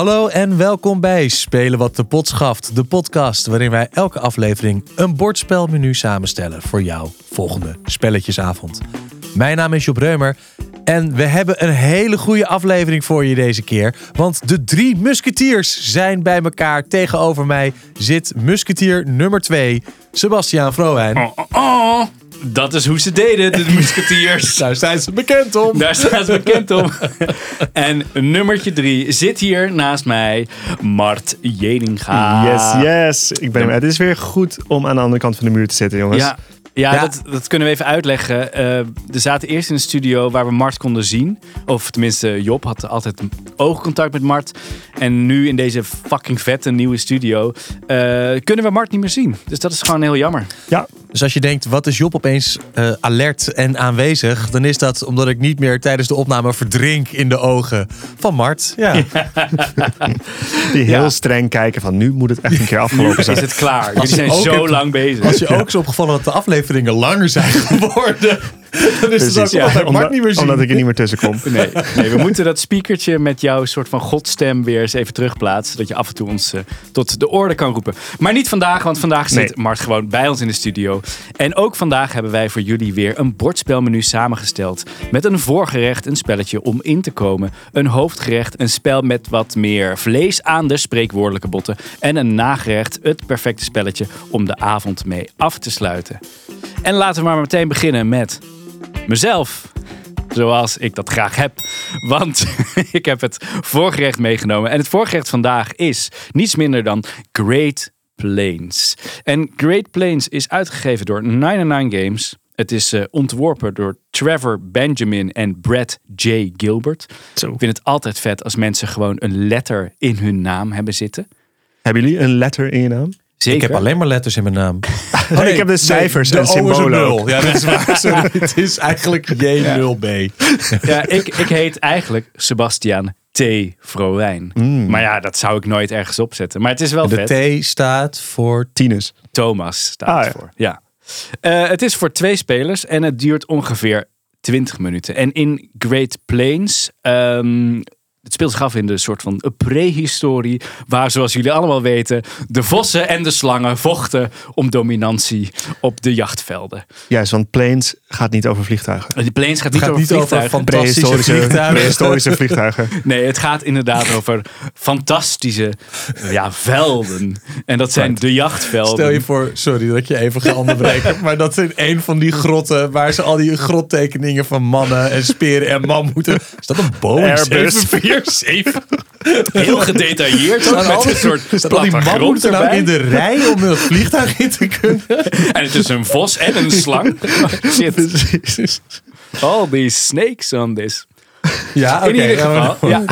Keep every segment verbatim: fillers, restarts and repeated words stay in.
Hallo en welkom bij Spelen wat de pot schaft. De podcast waarin wij elke aflevering een bordspelmenu samenstellen voor jouw volgende spelletjesavond. Mijn naam is Job Reumer en we hebben een hele goede aflevering voor je deze keer. Want de drie musketiers zijn bij elkaar. Tegenover mij zit musketier nummer twee, Sebastiaan Vroijn. Oh, oh, oh. Dat is hoe ze deden, de musketiers. Daar zijn ze bekend om. Daar staan ze bekend om. En nummertje drie zit hier naast mij, Mart Jedinga. Yes, yes. Ik ben, het is weer goed om aan de andere kant van de muur te zitten, jongens. Ja. Ja, Ja. Dat, dat kunnen we even uitleggen. Uh, er zaten eerst in een studio waar we Mart konden zien. Of tenminste, Job had altijd oogcontact met Mart. En nu in deze fucking vette nieuwe studio uh, kunnen we Mart niet meer zien. Dus dat is gewoon heel jammer. Ja. Dus als je denkt, wat is Job opeens uh, alert en aanwezig? Dan is dat omdat ik niet meer tijdens de opname verdrink in de ogen van Mart. Ja. Die heel Ja. streng kijken van nu moet het echt een keer afgelopen Nu zijn. is het klaar. Jullie Als je zijn ook zo hebt- lang bezig. Als je ook is opgevallen dat de afleveringen langer zijn geworden, dan is het ook Precies, ja. omdat ik Mart Omdat, niet meer zie. omdat ik er niet meer tussen kom. Nee, nee, we moeten dat speakertje met jouw soort van godstem weer eens even terugplaatsen. Zodat je af en toe ons uh, tot de orde kan roepen. Maar niet vandaag, want vandaag zit Nee. Mart gewoon bij ons in de studio. En ook vandaag hebben wij voor jullie weer een bordspelmenu samengesteld. Met een voorgerecht, een spelletje om in te komen. Een hoofdgerecht, een spel met wat meer vlees aan de spreekwoordelijke botten. En een nagerecht, het perfecte spelletje om de avond mee af te sluiten. En laten we maar meteen beginnen met mezelf. Zoals ik dat graag heb. Want ik heb het voorgerecht meegenomen. En het voorgerecht vandaag is niets minder dan Great Plains. En Great Plains is uitgegeven door negenennegentig Games. Het is uh, ontworpen door Trevor Benjamin en Brad J. Gilbert. Zo. Ik vind het altijd vet als mensen gewoon een letter in hun naam hebben zitten. Hebben jullie een letter in je naam? Zeker. Ik heb alleen maar letters in mijn naam. Oh, nee, ik heb de cijfers de en O is een symbolen ook. nul. Ja, dat is waar. Sorry. Het is eigenlijk J nul B. Ja, ik, ik heet eigenlijk Sebastiaan T. Vroijn. Mm. Maar ja, dat zou ik nooit ergens opzetten. Maar het is wel De vet. T staat voor... Tinus. Thomas staat Ah, het ja. voor. Ja. Uh, het is voor twee spelers en het duurt ongeveer twintig minuten. En in Great Plains... Um, het speelt zich af in de soort van prehistorie, waar, zoals jullie allemaal weten, de vossen en de slangen vochten om dominantie op de jachtvelden. Juist, want Plains gaat niet over vliegtuigen. De Plains gaat niet gaat over niet over vliegtuigen. van- Fantastische Prehistorische vliegtuigen. prehistorische vliegtuigen. Nee, het gaat inderdaad over fantastische ja, velden. En dat zijn de jachtvelden. Stel je voor, sorry dat ik je even ga onderbreken, maar dat in een van die grotten waar ze al die grottekeningen van mannen en speren en mammoeten. Is dat een Boeing Airbus. zeven vier zeven? Heel gedetailleerd. Staan Met al, een soort staan al die plattegrond mammoeten nou erbij. in de rij om een vliegtuig in te kunnen? En het is een vos en een slang. Oh, shit. All these snakes on this. Ja, oké. In ieder ja, geval, ja.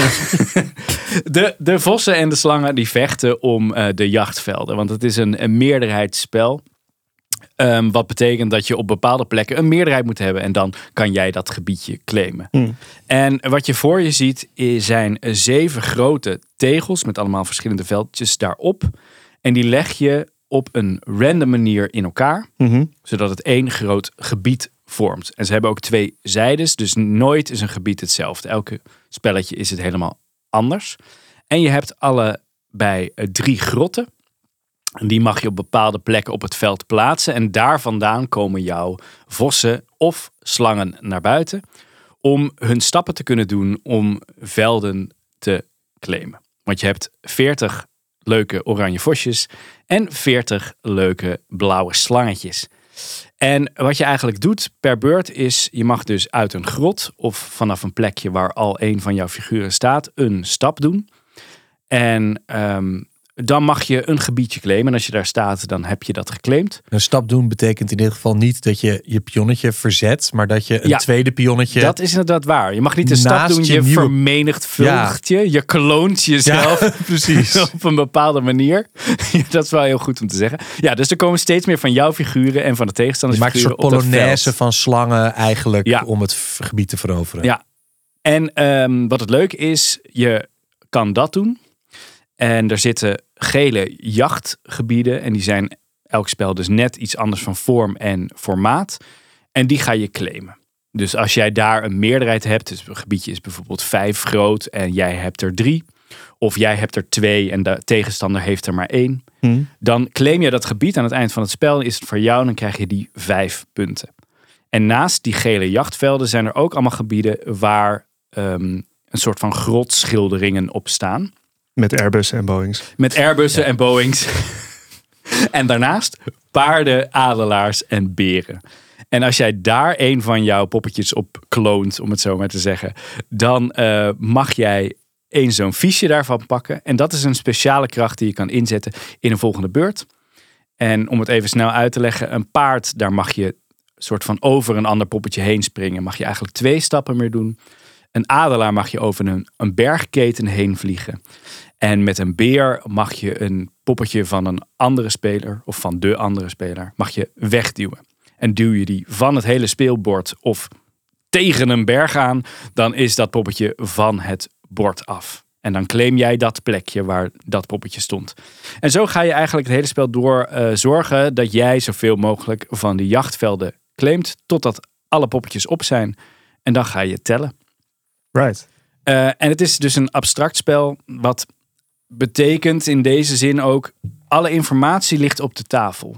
De, de vossen en de slangen die vechten om uh, de jachtvelden. Want het is een, een meerderheidsspel. Um, wat betekent dat je op bepaalde plekken een meerderheid moet hebben. En dan kan jij dat gebiedje claimen. Hmm. En wat je voor je ziet is, zijn zeven grote tegels met allemaal verschillende veldjes daarop. En die leg je op een random manier in elkaar. Mhm. Zodat het één groot gebied vormt. En ze hebben ook twee zijdes. Dus nooit is een gebied hetzelfde. Elke spelletje is het helemaal anders. En je hebt allebei drie grotten. En die mag je op bepaalde plekken op het veld plaatsen. En daar vandaan komen jouw vossen of slangen naar buiten. Om hun stappen te kunnen doen om velden te claimen. Want je hebt veertig leuke oranje vosjes en veertig leuke blauwe slangetjes. En wat je eigenlijk doet per beurt is, je mag dus uit een grot of vanaf een plekje waar al een van jouw figuren staat, een stap doen. En um, dan mag je een gebiedje claimen. En als je daar staat, dan heb je dat geclaimd. Een stap doen betekent in dit geval niet dat je je pionnetje verzet, maar dat je een Ja, tweede pionnetje... Dat is inderdaad waar. Je mag niet een stap Naast doen, je je, nieuwe- vermenigvuldigt je. Je kloont jezelf. Ja, precies. Op een bepaalde manier. Dat is wel heel goed om te zeggen. Ja, dus er komen steeds meer van jouw figuren en van de Je tegenstanders maakt een soort figuren op dat polonaise veld. van slangen eigenlijk Ja. om het v- gebied te veroveren. Ja. En um, wat het leuke is, je kan dat doen. En er zitten gele jachtgebieden. En die zijn elk spel dus net iets anders van vorm en formaat. En die ga je claimen. Dus als jij daar een meerderheid hebt, dus een gebiedje is bijvoorbeeld vijf groot en jij hebt er drie, of jij hebt er twee en de tegenstander heeft er maar één. Hmm. Dan claim je dat gebied aan het eind van het spel, is het voor jou en dan krijg je die vijf punten. En naast die gele jachtvelden zijn er ook allemaal gebieden waar um, een soort van grotschilderingen op staan. Met Airbussen en Boeings. Met Airbussen Ja. en Boeings. En daarnaast paarden, adelaars en beren. En als jij daar een van jouw poppetjes op kloont, om het zo maar te zeggen, dan uh, mag jij één zo'n fiche daarvan pakken. En dat is een speciale kracht die je kan inzetten in een volgende beurt. En om het even snel uit te leggen, een paard, daar mag je soort van over een ander poppetje heen springen. Mag je eigenlijk twee stappen meer doen. Een adelaar mag je over een, een bergketen heen vliegen. En met een beer mag je een poppetje van een andere speler, of van de andere speler, mag je wegduwen. En duw je die van het hele speelbord of tegen een berg aan, dan is dat poppetje van het bord af. En dan claim jij dat plekje waar dat poppetje stond. En zo ga je eigenlijk het hele spel door uh, zorgen dat jij zoveel mogelijk van die jachtvelden claimt, totdat alle poppetjes op zijn. En dan ga je tellen. Right. Uh, en het is dus een abstract spel, wat betekent in deze zin ook, alle informatie ligt op de tafel.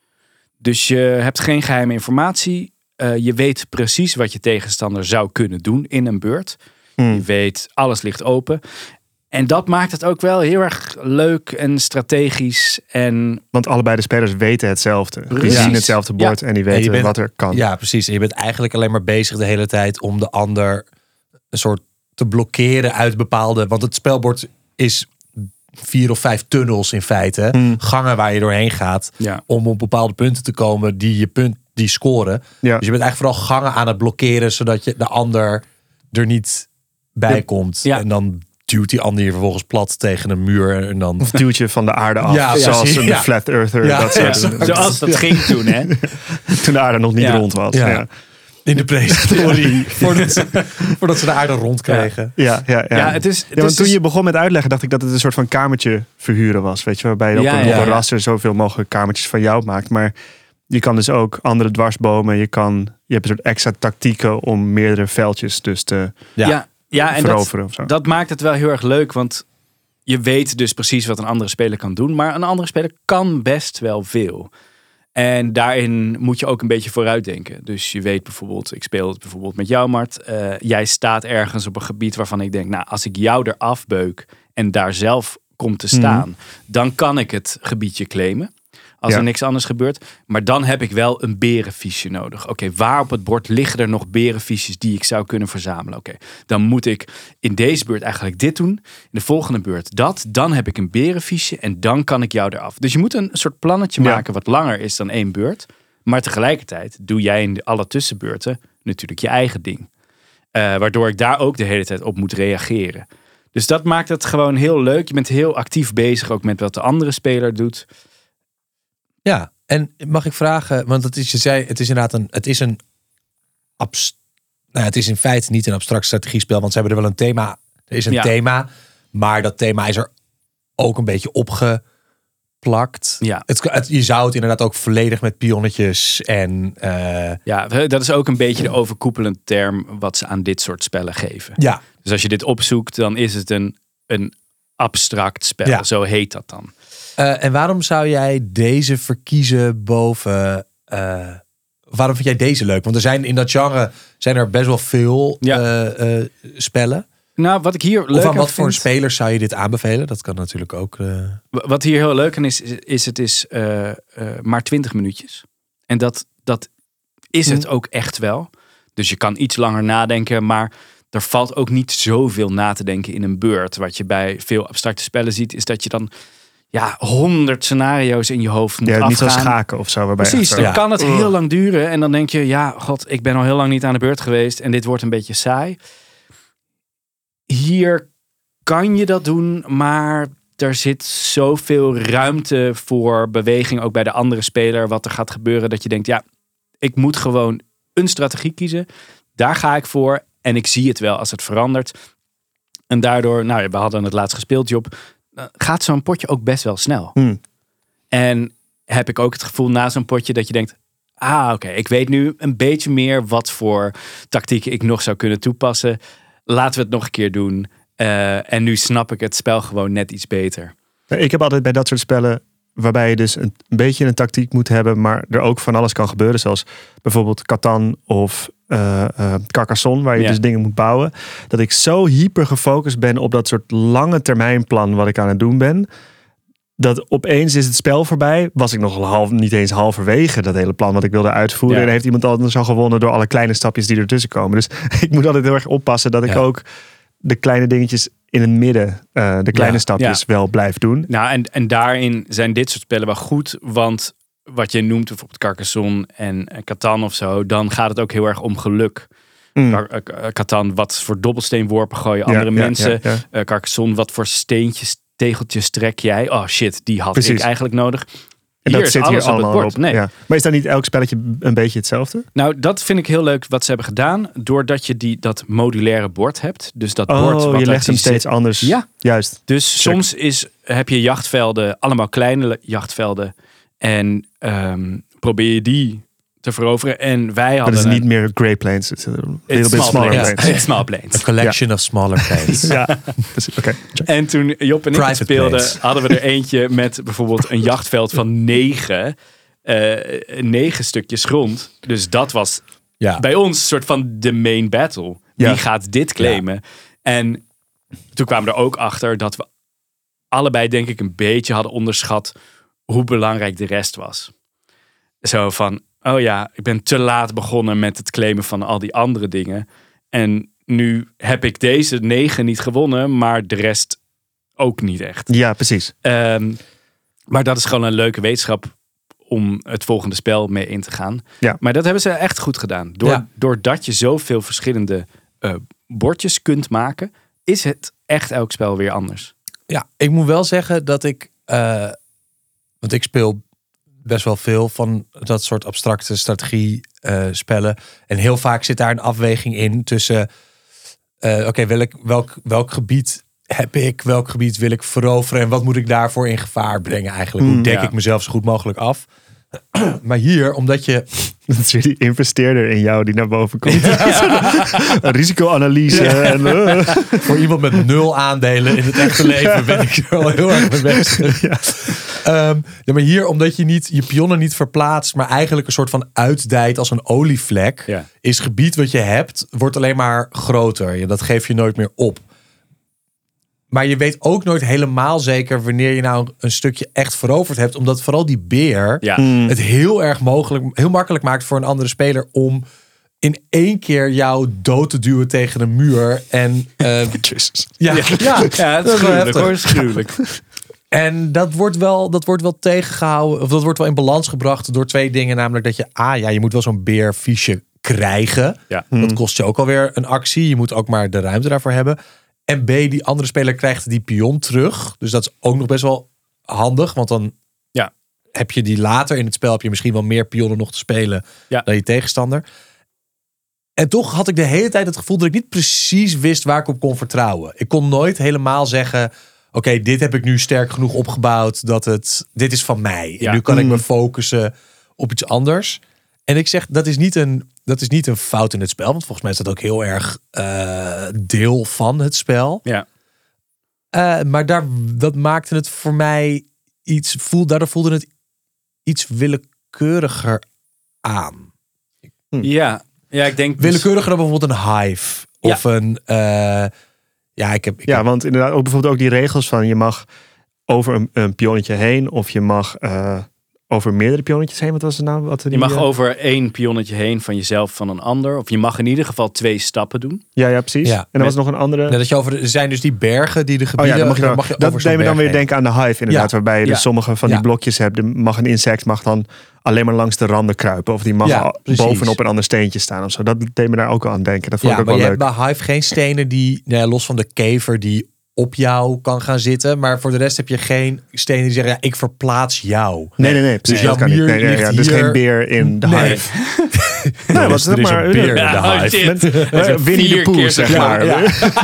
Dus je hebt geen geheime informatie. Uh, je weet precies wat je tegenstander zou kunnen doen in een beurt. Hmm. Je weet, alles ligt open. En dat maakt het ook wel heel erg leuk en strategisch. En Want allebei de spelers weten hetzelfde. Die Precies. zien hetzelfde bord Ja. en die En je weten bent- wat er kan. Ja, precies. En je bent eigenlijk alleen maar bezig de hele tijd om de ander een soort te blokkeren uit bepaalde... Want het spelbord is vier of vijf tunnels in feite. Hmm. Gangen waar je doorheen gaat ja, om op bepaalde punten te komen die je punt, die scoren. Ja. Dus je bent eigenlijk vooral gangen aan het blokkeren, zodat je de ander er niet bij Ja. komt. Ja. En dan duwt die ander je vervolgens plat tegen een muur. En dan... Of duwt je van de aarde af. Ja, zoals precies. een Ja. flat earther. Ja. Dat ja, soort, zoals dat ging toen, hè? Toen de aarde nog niet Ja. rond was. Ja. Ja. Ja. In de prehistorie. voordat, ze, voordat ze de aarde rond kregen. Ja, ja, ja. Ja, het is, het Ja, want is toen dus- je begon met uitleggen, dacht ik dat het een soort van kamertje verhuren was. Weet je, waarbij je op, Ja, een, ja, op een ja. raster zoveel mogelijk kamertjes van jou maakt. Maar je kan dus ook andere dwarsbomen. Je, kan, je hebt een soort extra tactieken om meerdere veldjes dus te Ja. ja, ja, en dat, veroveren of zo. dat maakt het wel heel erg leuk, want je weet dus precies wat een andere speler kan doen, maar een andere speler kan best wel veel. En daarin moet je ook een beetje vooruitdenken. Dus je weet bijvoorbeeld, ik speel het bijvoorbeeld met jou, Mart. Uh, jij staat ergens op een gebied waarvan ik denk, nou, als ik jou eraf beuk en daar zelf kom te staan, Mhm. dan kan ik het gebiedje claimen. Als Ja. er niks anders gebeurt. Maar dan heb ik wel een berenfiche nodig. Oké, okay, waar op het bord liggen er nog berenfiches die ik zou kunnen verzamelen? Oké, okay, dan moet ik in deze beurt eigenlijk dit doen. In de volgende beurt dat. Dan heb ik een berenfiche en dan kan ik jou eraf. Dus je moet een soort plannetje Ja. maken wat langer is dan één beurt. Maar tegelijkertijd doe jij in alle tussenbeurten natuurlijk je eigen ding. Uh, waardoor ik daar ook de hele tijd op moet reageren. Dus dat maakt het gewoon heel leuk. Je bent heel actief bezig ook met wat de andere speler doet. Ja, en mag ik vragen, want het is, je zei, het is inderdaad een, het is een, abst, nou, het is in feite niet een abstract strategiespel, want ze hebben er wel een thema, er is een Ja. thema, maar dat thema is er ook een beetje opgeplakt. Ja. Het, het, je zou het inderdaad ook volledig met pionnetjes en uh, Ja, dat is ook een beetje de overkoepelende term wat ze aan dit soort spellen geven. ja, Dus als je dit opzoekt, dan is het een, een abstract spel. Ja. Zo heet dat dan. Uh, en waarom zou jij deze verkiezen boven... Uh, waarom vind jij deze leuk? Want er zijn in dat genre zijn er best wel veel Ja. uh, uh, spellen. Nou, wat ik hier leuk Of aan aan wat voor vind, spelers zou je dit aanbevelen? Dat kan natuurlijk ook... Uh... Wat hier heel leuk aan is, is, is het is uh, uh, maar twintig minuutjes. En dat, dat is het ook echt wel. Dus je kan iets langer nadenken, maar... Er valt ook niet zoveel na te denken in een beurt. Wat je bij veel abstracte spellen ziet, is dat je dan ja, honderd scenario's in je hoofd moet ja, afgaan. niet als schaken of zo. Waarbij Precies, echt, dan ja. kan het heel lang duren. En dan denk je, ja, god, ik ben al heel lang niet aan de beurt geweest. En dit wordt een beetje saai. Hier kan je dat doen, maar er zit zoveel ruimte voor beweging. Ook bij de andere speler, wat er gaat gebeuren. Dat je denkt, ja, ik moet gewoon een strategie kiezen. Daar ga ik voor. En ik zie het wel als het verandert. En daardoor, nou, we hadden het laatst gespeeld, Job. Gaat zo'n potje ook best wel snel. Hmm. En heb ik ook het gevoel na zo'n potje dat je denkt... Ah, oké, okay, ik weet nu een beetje meer wat voor tactieken ik nog zou kunnen toepassen. Laten we het nog een keer doen. Uh, en nu snap ik het spel gewoon net iets beter. Ik heb altijd bij dat soort spellen waarbij je dus een, een beetje een tactiek moet hebben, maar er ook van alles kan gebeuren. Zoals bijvoorbeeld Catan of uh, uh, Carcassonne, waar je Ja. dus dingen moet bouwen. Dat ik zo hyper gefocust ben op dat soort lange termijn plan wat ik aan het doen ben. Dat opeens is het spel voorbij. Was ik nog half, niet eens halverwege dat hele plan wat ik wilde uitvoeren. Ja. En heeft iemand anders al gewonnen door alle kleine stapjes die ertussen komen. Dus ik moet altijd heel erg oppassen dat ik Ja. ook de kleine dingetjes in het midden, uh, de kleine Ja. stapjes Ja. wel blijf doen. Nou, en, en daarin zijn dit soort spellen wel goed. Want wat je noemt, bijvoorbeeld Carcassonne en uh, Catan of zo, dan gaat het ook heel erg om geluk. Mm. Car- uh, Catan, wat voor dobbelsteenworpen gooien andere Ja, ja, mensen. ja, ja. Uh, Carcassonne, wat voor steentjes, tegeltjes trek jij? Oh shit, die had Precies. ik eigenlijk nodig. En Hier dat is zit alles hier op het allemaal bord. op. Nee. Ja. Maar is dan niet elk spelletje een beetje hetzelfde? Nou, dat vind ik heel leuk wat ze hebben gedaan. Doordat je die, dat modulaire bord hebt. Dus dat bord Oh, wat je uit legt hem die steeds zit- anders. Ja. Juist. Dus Check. soms is, heb je jachtvelden, allemaal kleine jachtvelden. En um, probeer je die te veroveren. En wij Dat hadden is een- niet meer Grey Plains. Het is een It's little bit small smaller planes. plains. It's small planes. A collection of smaller planes. Ja, dus, oké. check. En toen Job en ik het Private speelden, planes. hadden we er eentje met bijvoorbeeld een jachtveld van negen, uh, negen stukjes grond. Dus dat was Ja. bij ons een soort van de main battle. Wie Ja. gaat dit claimen? En toen kwamen we er ook achter dat we allebei denk ik een beetje hadden onderschat hoe belangrijk de rest was. Zo van, oh ja, ik ben te laat begonnen met het claimen van al die andere dingen. En nu heb ik deze negen niet gewonnen, maar de rest ook niet echt. Ja, precies. Um, maar dat is gewoon een leuke wetenschap om het volgende spel mee in te gaan. Ja. Maar dat hebben ze echt goed gedaan. Door, Ja. Doordat je zoveel verschillende uh, bordjes kunt maken, is het echt elk spel weer anders. Ja, ik moet wel zeggen dat ik... Uh, want ik speel best wel veel van dat soort abstracte strategie uh, spellen. En heel vaak zit daar een afweging in tussen... Uh, Oké, okay, welk, welk, welk gebied heb ik? Welk gebied wil ik veroveren? En wat moet ik daarvoor in gevaar brengen eigenlijk? Hoe Mm, dek ja. ik mezelf zo goed mogelijk af? Maar hier, omdat je... Dat is weer die investeerder in jou die naar boven komt. Een risicoanalyse. Ja. En, uh. Voor iemand met nul aandelen in het echte leven ben ik er wel heel erg mee bezig. Ja. Um, ja, maar hier, omdat je niet je pionnen niet verplaatst, maar eigenlijk een soort van uitdijt als een olievlek, Ja. is het gebied wat je hebt, wordt alleen maar groter. Ja, dat geef je nooit meer op. Maar je weet ook nooit helemaal zeker wanneer je nou een stukje echt veroverd hebt. Omdat vooral die beer Ja. Mm. het heel erg mogelijk, heel makkelijk maakt voor een andere speler om in één keer jou dood te duwen tegen een muur. En uh, Jezus. ja, ja, Ja, het dat is is wel gruwelijk heftig. hoor, het is gruwelijk. En dat wordt wel, dat wordt wel tegengehouden, of dat wordt wel in balans gebracht door twee dingen. Namelijk dat je, ah ja, je moet wel zo'n beerfiche krijgen. Ja. Dat kost je ook alweer een actie. Je moet ook maar de ruimte daarvoor hebben. En B, die andere speler krijgt die pion terug. Dus dat is ook nog best wel handig. Want dan Ja. heb je die later in het spel, heb je misschien wel meer pionnen nog te spelen Ja. dan je tegenstander. En toch had ik de hele tijd het gevoel dat ik niet precies wist waar ik op kon vertrouwen. Ik kon nooit helemaal zeggen, oké, okay, dit heb ik nu sterk genoeg opgebouwd dat het, dit is van mij. Ja. En nu kan ik me Mm. focussen op iets anders. En ik zeg, dat is niet een, dat is niet een fout in het spel. Want volgens mij is dat ook heel erg uh, deel van het spel. Ja. Uh, maar daar, dat maakte het voor mij iets, voel, daardoor voelde het iets willekeuriger aan. Ja. ja, ik denk... dus- Willekeuriger dan bijvoorbeeld een hive. Ja. Of een... Uh, ja, ik heb... Ik Ja, heb, want inderdaad ook bijvoorbeeld ook die regels van je mag over een, een pionnetje heen of je mag uh, over meerdere pionnetjes heen. Wat was het nou? Wat die, Je mag uh, over één pionnetje heen van jezelf, van een ander. Of je mag in ieder geval twee stappen doen. Ja, ja, precies. Ja. En dan was nog een andere. dat je over, er zijn dus die bergen die de Oh gebieden... ja, dan mag je, dan, mag je dat over zo'n deed me dan berg weer heen. denken aan de hive inderdaad. Ja. Waarbij je dus Ja. sommige van die Ja. blokjes hebt. Er mag een insect mag dan alleen maar langs de randen kruipen. Of die mag Ja, al precies. bovenop een ander steentje staan of zo. Dat deed me daar ook al aan denken. Dat vond Ja, ik ook maar je wel leuk. hebt bij hive geen stenen die... Nou ja, los van de kever die op jou kan gaan zitten. Maar voor de rest heb je geen stenen die zeggen... Ja, ik verplaats jou. Nee, nee, nee. Precies, Dus dat jouw kan niet. mier Nee, nee, ligt ja, dus hier- geen beer in de Nee. hive. Nee, wat wat is er dat is maar? een beer in de Ja, hive. shit. Met, is uh, een Winnie de vier Pooh, keer zeg zo maar. Ja,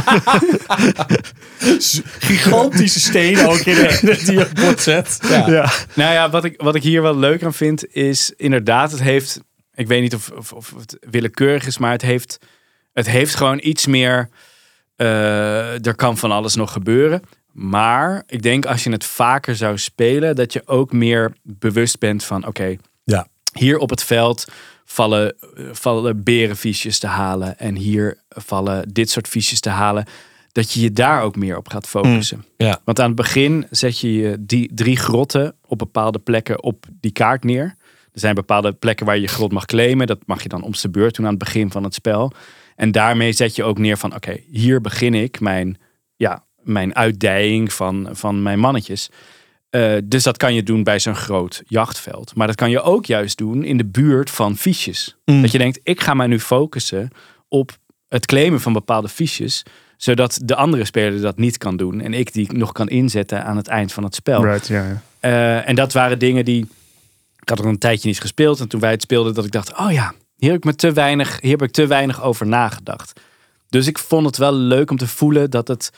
Gigantische stenen ook in de, die je op bord zet. Ja. Ja. Nou ja, wat ik, wat ik hier wel leuk aan vind is inderdaad, het heeft, ik weet niet of, of, of het willekeurig is, maar het heeft, het heeft gewoon iets meer Uh, er kan van alles nog gebeuren. Maar ik denk als je het vaker zou spelen, dat je ook meer bewust bent van oké, okay, ja. hier op het veld vallen, vallen berenfiches te halen. En hier vallen dit soort fiches te halen. Dat je je daar ook meer op gaat focussen. Mm, ja. Want aan het begin zet je je die drie grotten op bepaalde plekken op die kaart neer. Er zijn bepaalde plekken waar je je grot mag claimen. Dat mag je dan om de beurt doen aan het begin van het spel. En daarmee zet je ook neer van oké, okay, hier begin ik mijn, ja, mijn uitdijing van, van mijn mannetjes. Uh, dus dat kan je doen bij zo'n groot jachtveld. Maar dat kan je ook juist doen in de buurt van fiches. Mm. Dat je denkt, ik ga mij nu focussen op het claimen van bepaalde fiches, zodat de andere speler dat niet kan doen. En ik die nog kan inzetten aan het eind van het spel. Right, yeah, yeah. Uh, en dat waren dingen die... Ik had er een tijdje niet gespeeld. En toen wij het speelden, dat ik dacht, oh ja, hier heb ik, me te weinig, hier heb ik te weinig over nagedacht. Dus ik vond het wel leuk om te voelen dat het...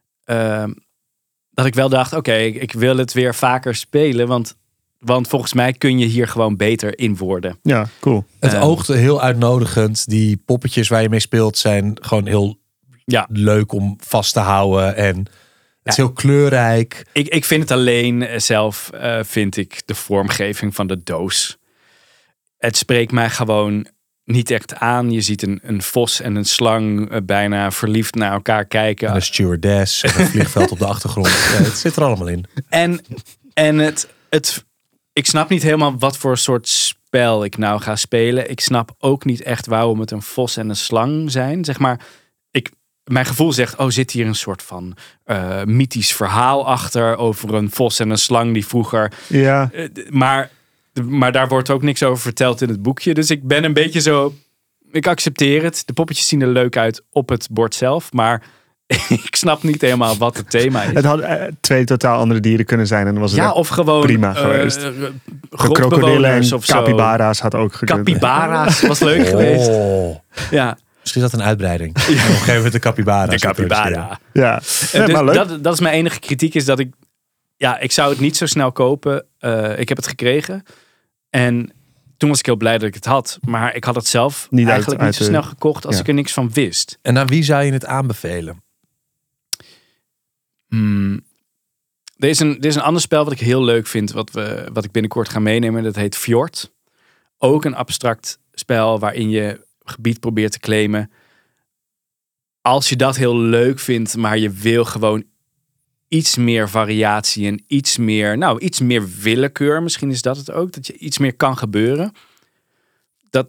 Uh, dat ik wel dacht, oké, okay, ik, ik wil het weer vaker spelen. Want, want volgens mij kun je hier gewoon beter in worden. Ja, cool. Het um, oogde heel uitnodigend. Die poppetjes waar je mee speelt zijn gewoon heel ja. leuk om vast te houden. En het ja. is heel kleurrijk. Ik, ik vind het alleen zelf, uh, vind ik de vormgeving van de doos. Het spreekt mij gewoon niet echt aan. Je ziet een, een vos en een slang uh, bijna verliefd naar elkaar kijken. En een stewardess en een vliegveld op de achtergrond. Ja, het zit er allemaal in. En, en het, het, ik snap niet helemaal wat voor soort spel ik nou ga spelen. Ik snap ook niet echt waarom het een vos en een slang zijn. Zeg maar, ik, mijn gevoel zegt, oh, zit hier een soort van uh, mythisch verhaal achter over een vos en een slang die vroeger... Ja. Uh, maar... Maar daar wordt ook niks over verteld in het boekje. Dus ik ben een beetje zo... Ik accepteer het. De poppetjes zien er leuk uit op het bord zelf. Maar ik snap niet helemaal wat het thema is. Het had uh, twee totaal andere dieren kunnen zijn. En dan was het ja, of gewoon... prima uh, geweest. Uh, de krokodillen en of capybara's had ook gekund. Capybara's was leuk oh. geweest. Ja. Misschien is dat een uitbreiding. Ja. Op een gegeven moment de capybara. De capybara. Ja. Nee, dus maar leuk. Dat, dat is mijn enige kritiek. Is dat ik... Ja, ik zou het niet zo snel kopen. Uh, ik heb het gekregen. En toen was ik heel blij dat ik het had. Maar ik had het zelf niet eigenlijk uit, uit niet zo snel gekocht als ja. ik er niks van wist. En aan wie zou je het aanbevelen? Hmm. Er, is een, er is een ander spel wat ik heel leuk vind. Wat, we, wat ik binnenkort ga meenemen. Dat heet Fjord. Ook een abstract spel waarin je gebied probeert te claimen. Als je dat heel leuk vindt, maar je wil gewoon iets meer variatie en iets meer, nou, iets meer willekeur. Misschien is dat het ook. Dat je iets meer kan gebeuren. Dat...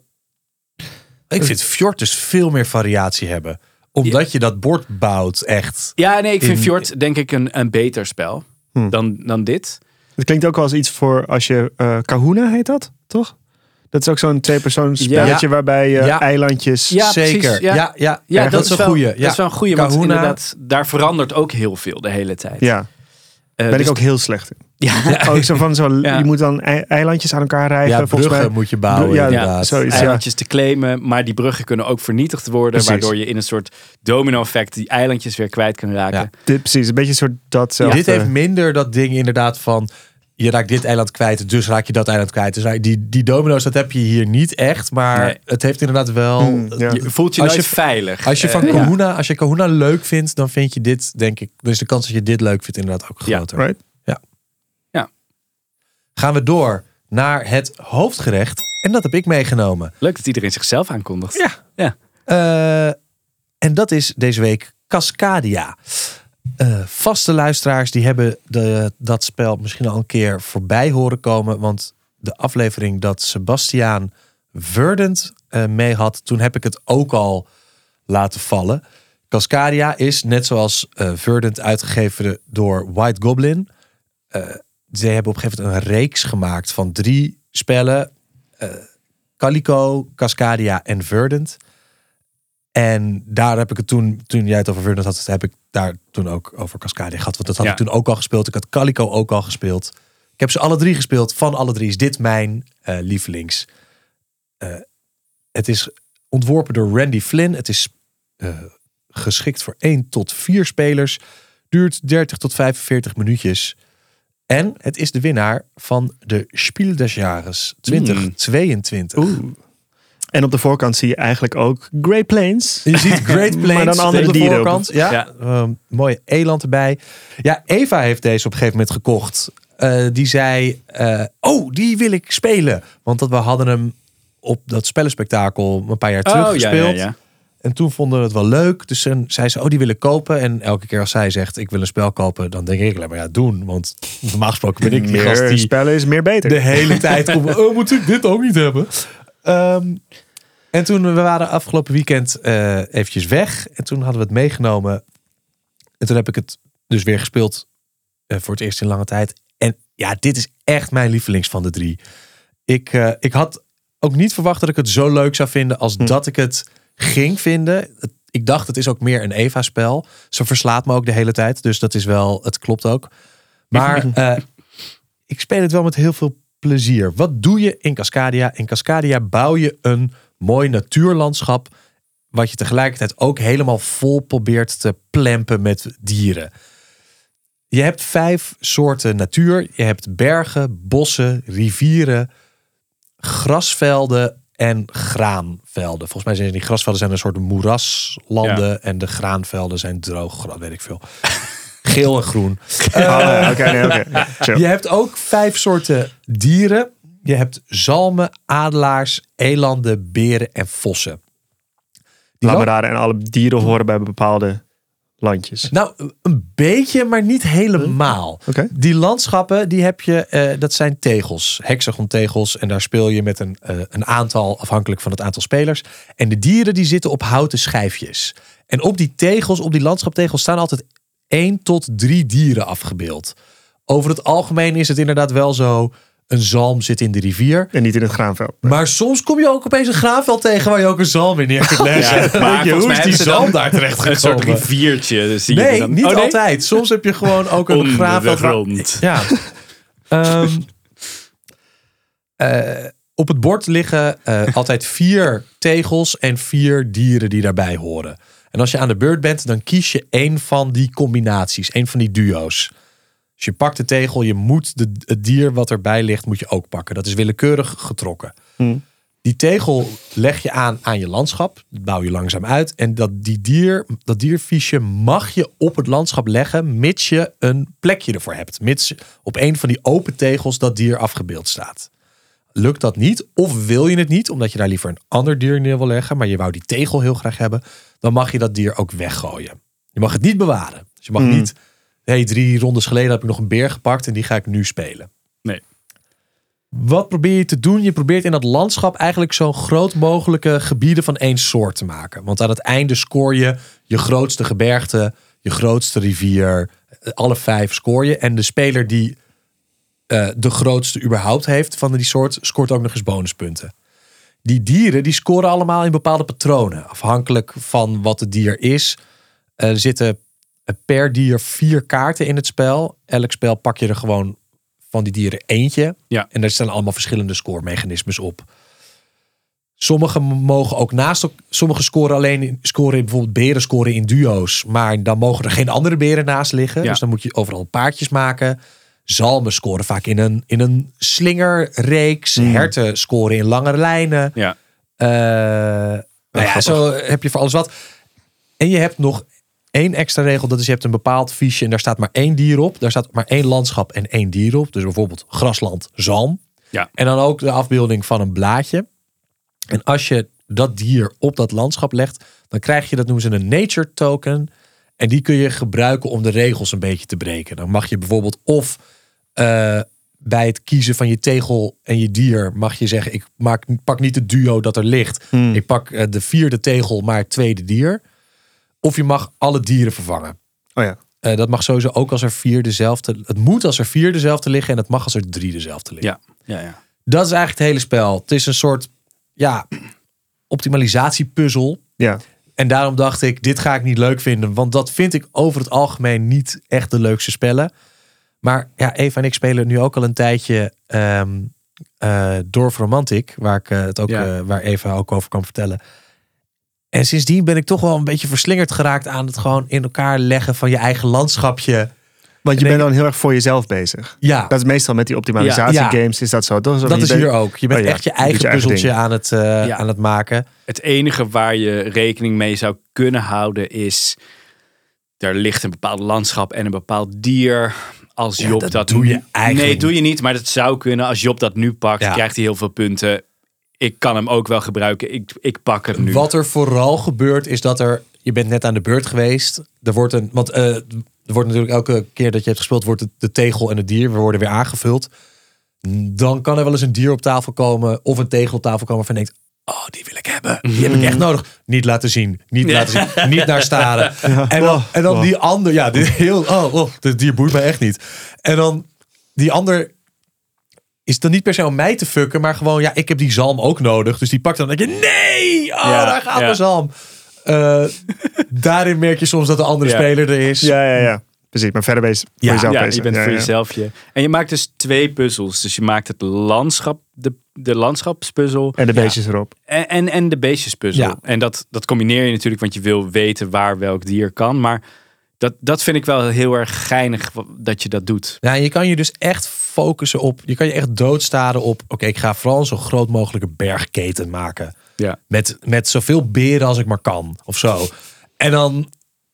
Ik vind Fjord dus veel meer variatie hebben. Omdat ja. je dat bord bouwt, echt. Ja, nee, ik vind in... Fjord denk ik een, een beter spel hm. dan, dan dit. Het klinkt ook wel als iets voor als je... Uh, Kahuna heet dat, toch? Dat is ook zo'n twee-persoons spelletje ja. waarbij je ja. eilandjes... Ja, zeker. Precies, ja, ja, ja, ja dat, dat, is is een goeie. Ja. Dat is wel een goeie, Kahuna, want inderdaad, daar verandert ook heel veel de hele tijd. Ja, uh, ben dus ik ook heel slecht in. Ja. Ook zo van zo, ja. Je moet dan eilandjes aan elkaar rijgen. Ja, bruggen mij. moet je bouwen. Ja, ja, zoiets, eilandjes ja. te claimen, maar die bruggen kunnen ook vernietigd worden. Precies. Waardoor je in een soort domino-effect die eilandjes weer kwijt kan raken. Ja. Dit, precies, een beetje een soort datzelfde. Ja. Dit heeft minder dat ding inderdaad van... Je raakt dit eiland kwijt, dus raak je dat eiland kwijt. Dus die, die domino's, dat heb je hier niet echt. Maar nee. het heeft inderdaad wel... Mm, ja. Je voelt je als nooit je, veilig. Als je van uh, Kahuna, ja. als je Kahuna leuk vindt, dan vind je dit, denk ik... Dus de kans dat je dit leuk vindt inderdaad ook groter. Ja, right? ja. ja. Gaan we door naar het hoofdgerecht. En dat heb ik meegenomen. Leuk dat iedereen zichzelf aankondigt. Ja. ja. Uh, en dat is deze week Cascadia. Uh, vaste luisteraars die hebben de, dat spel misschien al een keer voorbij horen komen. Want de aflevering dat Sebastiaan Verdant uh, mee had, toen heb ik het ook al laten vallen. Cascadia is net zoals uh, Verdant uitgegeven door White Goblin. Uh, ze hebben op een gegeven moment een reeks gemaakt van drie spellen. Uh, Calico, Cascadia en Verdant. En daar heb ik het toen, toen jij het over Verdant had, heb ik daar toen ook over Cascadia gehad. Want dat had ja. ik toen ook al gespeeld. Ik had Calico ook al gespeeld. Ik heb ze alle drie gespeeld. Van alle drie is dit mijn uh, lievelings. Uh, het is ontworpen door Randy Flynn. Het is uh, geschikt voor één tot vier spelers. Duurt dertig tot vijfenveertig minuutjes. En het is de winnaar van de Spiel des Jahres twintig tweeëntwintig. Oeh. En op de voorkant zie je eigenlijk ook Great Plains. Je ziet Great Plains maar dan andere op de dieren voorkant. op. Ja, Ja. Um, mooie eland erbij. Ja, Eva heeft deze op een gegeven moment gekocht. Uh, die zei, uh, oh, die wil ik spelen. Want dat we hadden hem op dat spellenspectakel een paar jaar terug Oh, ja, gespeeld. ja, ja. En toen vonden we het wel leuk. Dus toen zei ze, oh, die wil ik kopen. En elke keer als zij zegt, ik wil een spel kopen, dan denk ik, maar ja, doen. Want normaal gesproken ben ik die gast Meer die spellen is meer beter. de hele tijd komt, oh, moet ik dit ook niet hebben? Um, en toen, we waren afgelopen weekend uh, eventjes weg. En toen hadden we het meegenomen. En toen heb ik het dus weer gespeeld uh, voor het eerst in lange tijd. En ja, dit is echt mijn lievelings van de drie. Ik, uh, ik had ook niet verwacht dat ik het zo leuk zou vinden als hm. dat ik het ging vinden. Ik dacht, het is ook meer een Eva-spel. Ze verslaat me ook de hele tijd. Dus dat is wel, het klopt ook. Maar uh, ik speel het wel met heel veel plezier. Wat doe je in Cascadia? In Cascadia bouw je een mooi natuurlandschap, wat je tegelijkertijd ook helemaal vol probeert te plempen met dieren. Je hebt vijf soorten natuur. Je hebt bergen, bossen, rivieren, grasvelden en graanvelden. Volgens mij zijn die grasvelden zijn een soort moeraslanden ja. en de graanvelden zijn droog, weet ik veel. Geel en groen. Uh, oh, okay, nee, okay. Je hebt ook vijf soorten dieren. Je hebt zalmen, adelaars, elanden, beren en vossen. Laat me raden, en alle dieren horen bij bepaalde landjes. Nou, een beetje, maar niet helemaal. Okay. Die landschappen, die heb je, uh, dat zijn tegels. Hexagontegels. En daar speel je met een, uh, een aantal, afhankelijk van het aantal spelers. En de dieren, die zitten op houten schijfjes. En op die tegels, op die landschaptegels, staan altijd één tot drie dieren afgebeeld. Over het algemeen is het inderdaad wel zo, een zalm zit in de rivier. En niet in het graanveld. Nee. Maar soms kom je ook opeens een graanveld tegen waar je ook een zalm in neer kunt leggen. Ja, maar je, hoe is die zalm daar terecht gekomen? Een soort riviertje. Dus zie nee, je dan, niet oh, nee? altijd. Soms heb je gewoon ook een onder graanveld. de grond. Waar, ja. um, uh, op het bord liggen uh, altijd vier tegels en vier dieren die daarbij horen. En als je aan de beurt bent, dan kies je één van die combinaties. Één van die duo's. Dus je pakt de tegel, je moet de, het dier wat erbij ligt, moet je ook pakken. Dat is willekeurig getrokken. Hmm. Die tegel leg je aan aan je landschap. Dat bouw je langzaam uit. En dat, die dier, dat dierfiche mag je op het landschap leggen, mits je een plekje ervoor hebt. Mits op een van die open tegels dat dier afgebeeld staat. Lukt dat niet, of wil je het niet, omdat je daar liever een ander dier neer wil leggen, maar je wou die tegel heel graag hebben, dan mag je dat dier ook weggooien. Je mag het niet bewaren. Dus je mag Hmm. niet, hey, drie rondes geleden heb ik nog een beer gepakt en die ga ik nu spelen. Nee. Wat probeer je te doen? Je probeert in dat landschap eigenlijk zo groot mogelijke gebieden van één soort te maken. Want aan het einde scoor je je grootste gebergte, je grootste rivier, alle vijf scoor je. En de speler die uh, de grootste überhaupt heeft van die soort, scoort ook nog eens bonuspunten. Die dieren die scoren allemaal in bepaalde patronen. Afhankelijk van wat het dier is. Uh, er zitten per dier vier kaarten in het spel. Elk spel pak je er gewoon van die dieren eentje. Ja. En daar staan allemaal verschillende scoremechanismes op. Sommige mogen ook naast elkaar. Sommige scoren alleen in, scoren in, bijvoorbeeld beren scoren in duo's. Maar dan mogen er geen andere beren naast liggen. Ja. Dus dan moet je overal paardjes maken. Zalmen scoren vaak in een, in een slingerreeks. Mm. Herten scoren in langere lijnen. Ja. Uh, nou ja, zo heb je voor alles wat. En je hebt nog één extra regel. Dat is, je hebt een bepaald fiche en daar staat maar één dier op. Daar staat maar één landschap en één dier op. Dus bijvoorbeeld grasland, zalm. Ja. En dan ook de afbeelding van een blaadje. En als je dat dier op dat landschap legt, dan krijg je, dat noemen ze een nature token. En die kun je gebruiken om de regels een beetje te breken. Dan mag je bijvoorbeeld of uh, bij het kiezen van je tegel en je dier mag je zeggen, ik maak, pak niet het duo dat er ligt. Hmm. Ik pak uh, de vierde tegel, maar het tweede dier. Of je mag alle dieren vervangen. Oh ja. Uh, dat mag sowieso ook als er vier dezelfde. Het moet als er vier dezelfde liggen en het mag als er drie dezelfde liggen. Ja. Ja, ja. Dat is eigenlijk het hele spel. Het is een soort ja, optimalisatiepuzzel. Ja. En daarom dacht ik, dit ga ik niet leuk vinden. Want dat vind ik over het algemeen niet echt de leukste spellen. Maar ja, Eva en ik spelen nu ook al een tijdje um, uh, Dwarf Romantic. Waar, ik, uh, het ook, Ja. uh, waar Eva ook over kan vertellen. En sindsdien ben ik toch wel een beetje verslingerd geraakt aan het gewoon in elkaar leggen van je eigen landschapje. Want je En bent ik- dan heel erg voor jezelf bezig. Ja, Dat is meestal met die optimalisatie Ja. games is dat zo. Toch? Zo dat je is bent- hier ook. Je bent Oh ja, echt je je doet eigen je eigen puzzeltje ding. aan het, uh, Ja. aan het maken. Het enige waar je rekening mee zou kunnen houden is... Er ligt een bepaald landschap en een bepaald dier. Als Ja, Job dat dat, doe nu... je eigenlijk Nee, doe je niet. Maar dat zou kunnen. Als Job dat nu pakt, Ja. krijgt hij heel veel punten. Ik kan hem ook wel gebruiken. Ik, ik pak hem nu. Wat er vooral gebeurt is dat er... Je bent net aan de beurt geweest. Er wordt een... Want uh, er wordt natuurlijk elke keer dat je hebt gespeeld... wordt de, de tegel en het dier worden weer aangevuld. Dan kan er wel eens een dier op tafel komen... of een tegel op tafel komen... van denkt... Oh, die wil ik hebben. Die heb ik echt nodig. Niet laten zien. Niet Ja. laten zien. Niet naar staren. En dan, en dan Oh. die ander... Ja, dit heel... Oh, oh, dit dier boeit mij echt niet. En dan die ander... Is het dan niet per se om mij te fucken... maar gewoon, ja, ik heb die zalm ook nodig. Dus die pakt dan en dan denk je... Nee! Oh, Ja, daar gaat ja. mijn zalm. Uh, daarin merk je soms dat de andere Ja. speler er is. Ja, ja, ja. Precies, maar verder bezig voor Ja, jezelf Ja, bezig. je bent Ja, voor ja. jezelf je. En je maakt dus twee puzzels. Dus je maakt het landschap, de, de landschapspuzzel En de beestjes erop. en, en, en de beestjespuzzel. Ja. En dat, dat combineer je natuurlijk, want je wil weten waar welk dier kan. Maar dat, dat vind ik wel heel erg geinig dat je dat doet. Ja, en je kan je dus echt focussen op... Je kan je echt doodstaren op... Oké, ik ga vooral een zo groot mogelijke bergketen maken. Ja. Met, met zoveel beren als ik maar kan. Of zo. En dan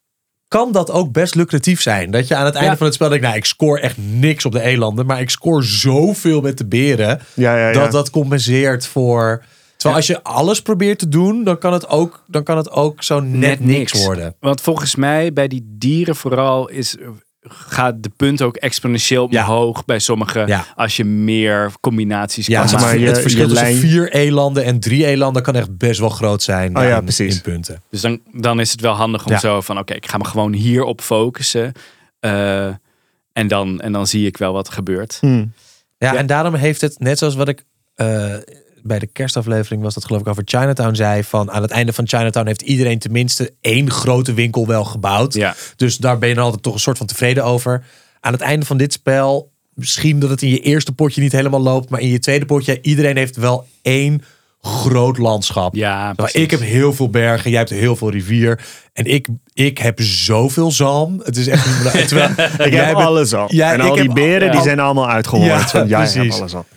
kan dat ook best lucratief zijn. Dat je aan het einde Ja. van het spel denkt... Nou, ik scoor echt niks op de elanden. Maar ik scoor zoveel met de beren... Ja, ja, ja. dat dat compenseert voor... Terwijl als je alles probeert te doen... dan kan het ook, dan kan het ook zo net, Net niks niks. worden. Want volgens mij bij die dieren vooral is... gaat de punt ook exponentieel Ja. omhoog bij sommige... Ja. als je meer combinaties Ja, kan zeg het, maken. maar, je- het verschil je tussen lijn- vier elanden en drie elanden... kan echt best wel groot zijn Oh ja, daarin- precies. in punten. Dus dan, dan is het wel handig om Ja. zo van... oké, ik ga me gewoon hierop focussen. Uh, en, dan, en dan zie ik wel wat er gebeurt. Hmm. Ja, Ja. en daarom heeft het, net zoals wat ik uh, bij de kerstaflevering was dat geloof ik over Chinatown zei, van aan het einde van Chinatown heeft iedereen tenminste één grote winkel wel gebouwd. Ja. Dus daar ben je dan altijd toch een soort van tevreden over. Aan het einde van dit spel, misschien dat het in je eerste potje niet helemaal loopt, maar in je tweede potje, iedereen heeft wel één groot landschap. Ja, Nou, precies. ik heb heel veel bergen, jij hebt heel veel rivier. En ik, ik heb zoveel zalm. Het is echt niet terwijl, Ik heb alles al. Ja, en ik al die heb beren die al- zijn allemaal uitgehoord. Ja, Van, jij precies. hebt alles al.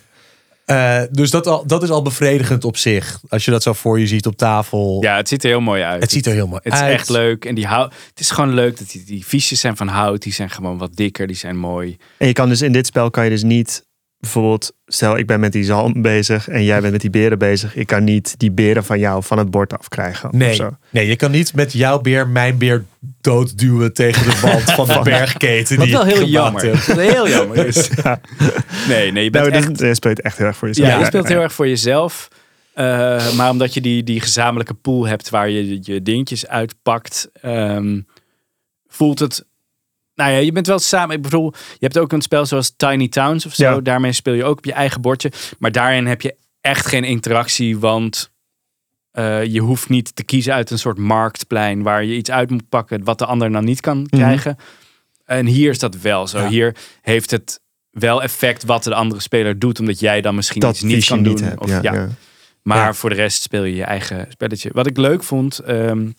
Uh, dus dat, al, dat is al bevredigend op zich. Als je dat zo voor je ziet op tafel. Ja, het ziet er heel mooi uit. Het ziet er heel mooi Het is uit. echt leuk. En die hout, het is gewoon leuk dat die, die fiches zijn van hout. Die zijn gewoon wat dikker. Die zijn mooi. En je kan dus in dit spel kan je dus niet bijvoorbeeld, stel ik ben met die zalm bezig en jij bent met die beren bezig. Ik kan niet die beren van jou van het bord afkrijgen. Of Nee, zo. nee, je kan niet met jouw beer mijn beer doodduwen tegen de wand van de bergketen. Wat die wel ik heel gemaakt jammer. heb. Wat heel jammer is. Nee, nee, je bent Nou, echt... dit, je speelt echt heel erg voor jezelf. Ja, je speelt heel erg voor jezelf. Uh, maar omdat je die, die gezamenlijke pool hebt waar je je dingetjes uitpakt, um, voelt het... Nou ja, je bent wel samen. Ik bedoel, je hebt ook een spel zoals Tiny Towns of zo. Ja. Daarmee speel je ook op je eigen bordje. Maar daarin heb je echt geen interactie, want uh, je hoeft niet te kiezen uit een soort marktplein waar je iets uit moet pakken wat de ander dan niet kan krijgen. Mm-hmm. En hier is dat wel zo. Ja. Hier heeft het wel effect wat de andere speler doet, omdat jij dan misschien Dat iets niet visie kan doen. niet hebt, Of, ja, ja. ja. Maar Ja. voor de rest speel je je eigen spelletje. Wat ik leuk vond um,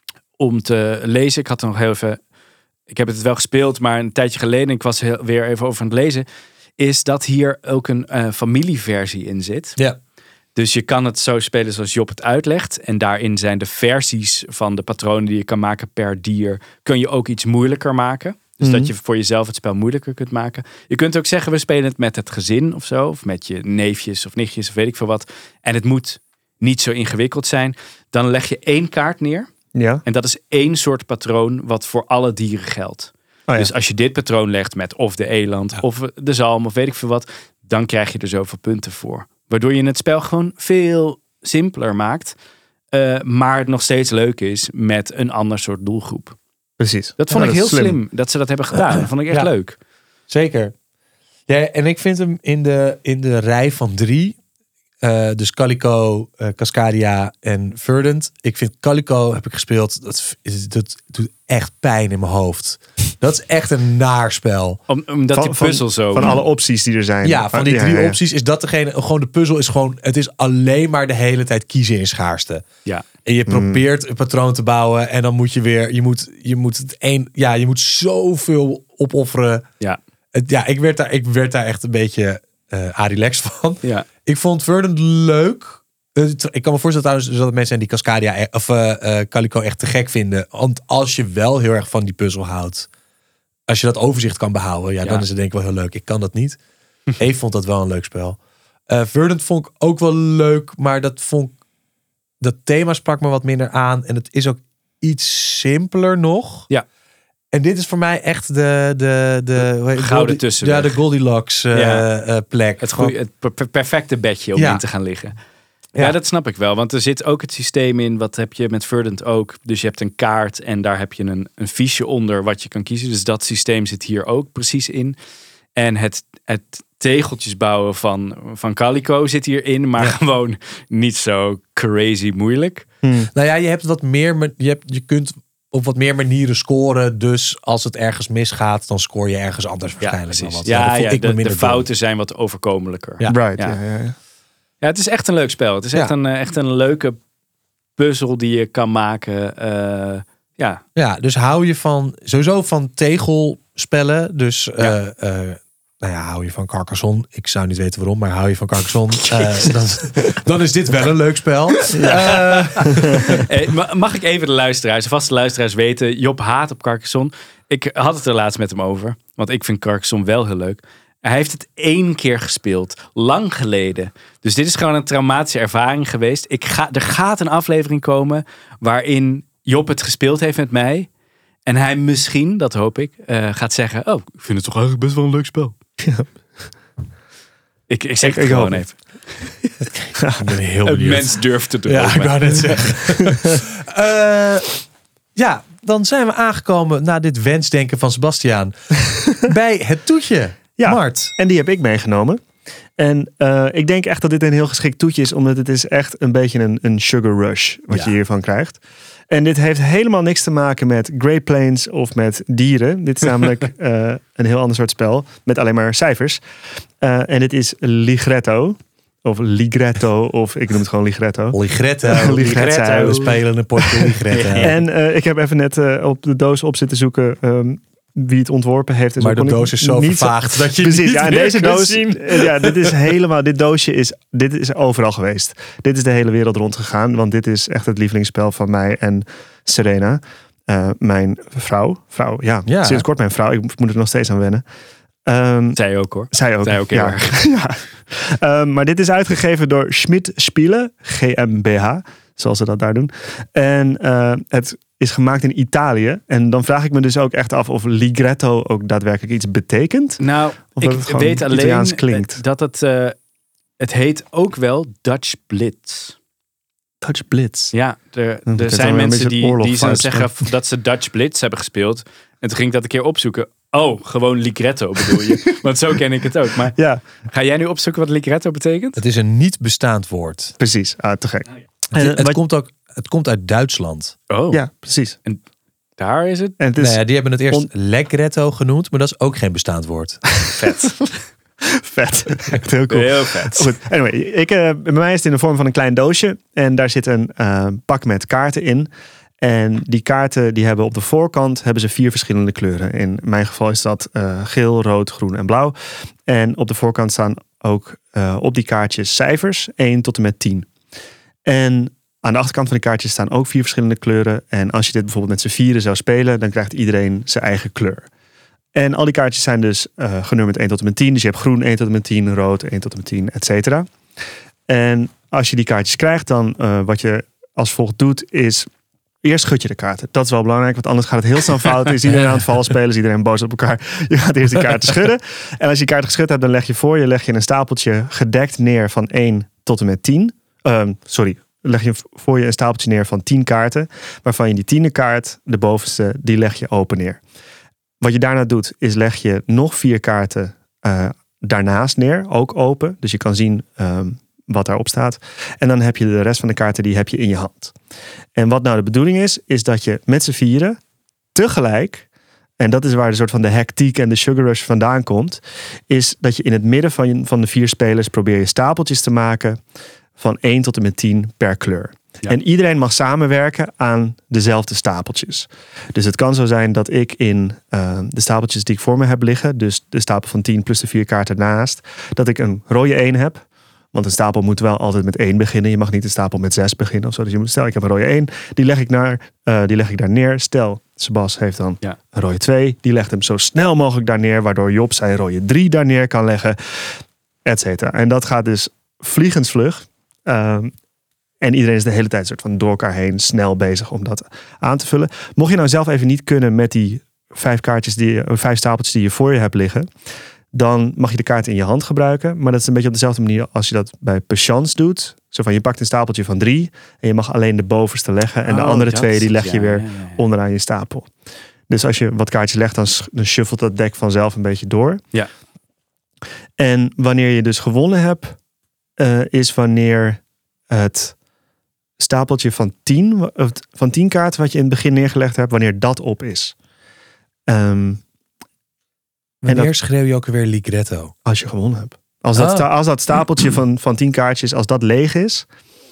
om te lezen, ik had er nog heel even, ik heb het wel gespeeld, maar een tijdje geleden, ik was heel, weer even over aan het lezen, is dat hier ook een uh, familieversie in zit. Ja. Dus je kan het zo spelen zoals Job het uitlegt. En daarin zijn de versies van de patronen die je kan maken per dier, kun je ook iets moeilijker maken. Dus Mm-hmm. dat je voor jezelf het spel moeilijker kunt maken. Je kunt ook zeggen, we spelen het met het gezin of zo. Of met je neefjes of nichtjes of weet ik veel wat. En het moet niet zo ingewikkeld zijn. Dan leg je één kaart neer. Ja? En dat is één soort patroon wat voor alle dieren geldt. Oh, ja. Dus als je dit patroon legt met of de eland Ja. of de zalm of weet ik veel wat. Dan krijg je er zoveel punten voor. Waardoor je het spel gewoon veel simpeler maakt. Uh, maar het nog steeds leuk is met een ander soort doelgroep. Precies. Dat vond Ja, ik heel is slim. dat ze dat hebben gedaan. Dat vond ik echt Ja. leuk. Zeker. Ja, en ik vind hem in de, in de rij van drie. Uh, dus Calico, uh, Cascadia en Verdant. Ik vind Calico, heb ik gespeeld, dat, dat doet echt pijn in mijn hoofd. Dat is echt een naar spel. Om, omdat Van- die puzzel van, zo... Van alle opties die er zijn. Ja, van die drie ja, ja. opties is dat degene. Gewoon de puzzel is gewoon. Het is alleen maar de hele tijd kiezen in schaarste. Ja. En je probeert een patroon te bouwen en dan moet je weer. Je moet, je moet het één. Ja, je moet zoveel opofferen. Ja. Het, ja, ik werd, daar, ik werd daar echt een beetje uh, a-relaxed van. Ja. Ik vond Verdant leuk. Uh, ik kan me voorstellen trouwens dat er mensen zijn die Cascadia of uh, uh, Calico echt te gek vinden. Want als je wel heel erg van die puzzel houdt, als je dat overzicht kan behouden, ja, ja. dan is het denk ik wel heel leuk. Ik kan dat niet. Eve vond dat wel een leuk spel. Uh, Verdant vond ik ook wel leuk, maar dat vond ik, dat thema sprak me wat minder aan. En het is ook iets simpeler nog. Ja. En dit is voor mij echt de... de, de, de gouden tussenweg. Ja, de Goldilocks uh, ja. uh, plek. Het, goeie, het perfecte bedje om ja. in te gaan liggen. Ja. ja, dat snap ik wel. Want er zit ook het systeem in. Wat heb je met Verdant ook? Dus je hebt een kaart en daar heb je een, een fiche onder wat je kan kiezen. Dus dat systeem zit hier ook precies in. En het, het tegeltjes bouwen van, van Calico zit hierin. Maar ja. gewoon niet zo crazy moeilijk. Hmm. Nou ja, je hebt wat meer... Je, hebt, je kunt op wat meer manieren scoren. Dus als het ergens misgaat, dan scoor je ergens anders waarschijnlijk. Ja, dan wat. ja, ja, ja de, de fouten doen. Zijn wat overkomelijker. Ja. Right, ja. Ja, ja, ja. Ja, het is echt een leuk spel. Het is echt, ja. een, echt een leuke puzzel die je kan maken. Uh, ja. ja, dus hou je van sowieso van tegelspellen. Dus ja. uh, uh, nou ja, hou je van Carcassonne. Ik zou niet weten waarom, maar hou je van Carcassonne. uh, dan, dan is dit wel een leuk spel. Ja. Uh, Mag ik even de luisteraars, de vaste luisteraars weten. Job haat op Carcassonne. Ik had het er laatst met hem over. Want ik vind Carcassonne wel heel leuk. Hij heeft het één keer gespeeld. Lang geleden. Dus dit is gewoon een traumatische ervaring geweest. Ik ga, er gaat een aflevering komen waarin Job het gespeeld heeft met mij. En hij misschien, dat hoop ik, uh, gaat zeggen... Oh, ik vind het toch eigenlijk best wel een leuk spel. Ja. Ik, ik zeg ik, het ik gewoon even. Ik ben heel een benieuwd. mens durft te doen. Ja, ik wou net zeggen. uh, ja, dan zijn we aangekomen na dit wensdenken van Sebastiaan. bij het toetje. Ja, Mart. En die heb ik meegenomen. En uh, ik denk echt dat dit een heel geschikt toetje is. Omdat het is echt een beetje een, een sugar rush. Wat ja. je hiervan krijgt. En dit heeft helemaal niks te maken met Great Plains of met dieren. Dit is namelijk uh, een heel ander soort spel. Met alleen maar cijfers. Uh, en dit is Ligretto. Of Ligretto. Of ik noem het gewoon Ligretto. Ligretto. Ligretto. We spelen een potje Ligretto. En uh, ik heb even net uh, op de doos op zitten zoeken... Um, wie het ontworpen heeft. Dus maar de doos is zo niet vervaagd dat je precies, niet ja, en deze doos, zien. Ja, dit is helemaal, dit doosje is, dit is overal geweest. Dit is de hele wereld rond gegaan, want dit is echt het lievelingsspel van mij en Serena, uh, mijn vrouw. Vrouw, ja, ja, sinds kort mijn vrouw. Ik moet er nog steeds aan wennen. Um, zij ook hoor. Zij ook. Zij ook ja. ja. Um, maar dit is uitgegeven door Schmidt Spiele, G M B H, zoals ze dat daar doen. En uh, het is gemaakt in Italië. En dan vraag ik me dus ook echt af of Ligretto ook daadwerkelijk iets betekent. Nou, of ik het weet alleen Italiaans klinkt. dat het, uh, het heet ook wel Dutch Blitz. Dutch Blitz? Ja, er, er zijn mensen die, die zo zeggen dat ze Dutch Blitz hebben gespeeld. En toen ging ik dat een keer opzoeken. Oh, gewoon Ligretto bedoel je. Want zo ken ik het ook. Maar ja. Ga jij nu opzoeken wat Ligretto betekent? Het is een niet bestaand woord. Precies, ah, te gek. Oh, ja. Het, het, het komt ook het komt uit Duitsland. Oh. Ja, precies. En daar is het? En het is nou ja, die hebben het eerst on... Legretto genoemd, maar dat is ook geen bestaand woord. Vet. Vet. Heel cool. Heel vet. Goed. Anyway, ik, uh, bij mij is het in de vorm van een klein doosje. En daar zit een uh, pak met kaarten in. En die kaarten die hebben op de voorkant hebben ze vier verschillende kleuren. In mijn geval is dat uh, geel, rood, groen en blauw. En op de voorkant staan ook uh, op die kaartjes cijfers één tot en met tien. En aan de achterkant van de kaartjes staan ook vier verschillende kleuren. En als je dit bijvoorbeeld met z'n vieren zou spelen, dan krijgt iedereen zijn eigen kleur. En al die kaartjes zijn dus uh, genummerd één tot en met tien. Dus je hebt groen één tot en met tien, rood één tot en met tien, et cetera. En als je die kaartjes krijgt, dan uh, wat je als volgt doet, is eerst schud je de kaarten. Dat is wel belangrijk, want anders gaat het heel snel fout. Is iedereen aan het vals spelen, is iedereen boos op elkaar. Je gaat eerst die kaarten schudden. En als je kaarten geschud hebt, dan leg je voor je, leg je een stapeltje gedekt neer van één tot en met tien. Uh, sorry, leg je voor je een stapeltje neer van tien kaarten, waarvan je die tiende kaart, de bovenste, die leg je open neer. Wat je daarna doet, is leg je nog vier kaarten uh, daarnaast neer, ook open. Dus je kan zien um, wat daarop staat. En dan heb je de rest van de kaarten, die heb je in je hand. En wat nou de bedoeling is, is dat je met z'n vieren tegelijk, en dat is waar de soort van de hectiek en de sugar rush vandaan komt, is dat je in het midden van, je, van de vier spelers probeer je stapeltjes te maken van één tot en met tien per kleur. Ja. En iedereen mag samenwerken aan dezelfde stapeltjes. Dus het kan zo zijn dat ik in uh, de stapeltjes die ik voor me heb liggen, dus de stapel van tien plus de vier kaarten naast, dat ik een rode één heb. Want een stapel moet wel altijd met één beginnen. Je mag niet een stapel met zes beginnen of zo. Dus je moet, stel, ik heb een rode één, die leg ik, naar, uh, die leg ik daar neer. Stel, Sebas heeft dan Ja. een rode twee. Die legt hem zo snel mogelijk daar neer, waardoor Job zijn rode drie daar neer kan leggen, et cetera. En dat gaat dus vliegensvlug. Um, En iedereen is de hele tijd soort van door elkaar heen snel bezig om dat aan te vullen. Mocht je nou zelf even niet kunnen met die vijf kaartjes, die, vijf stapeltjes die je voor je hebt liggen, dan mag je de kaart in je hand gebruiken. Maar dat is een beetje op dezelfde manier als je dat bij patience doet. Zo van, je pakt een stapeltje van drie en je mag alleen de bovenste leggen. En de Oh, andere dat twee die is leg het, je ja, weer ja, ja, ja. onderaan je stapel. Dus als je wat kaartjes legt, dan, dan shuffelt dat deck vanzelf een beetje door. Ja. En wanneer je dus gewonnen hebt, uh, is wanneer het stapeltje van tien, van tien kaarten wat je in het begin neergelegd hebt, wanneer dat op is. Um, Wanneer dat- schreeuw je ook weer Ligretto? als je gewonnen hebt. Als dat, Oh. sta- als dat stapeltje van, van tien kaartjes, als dat leeg is,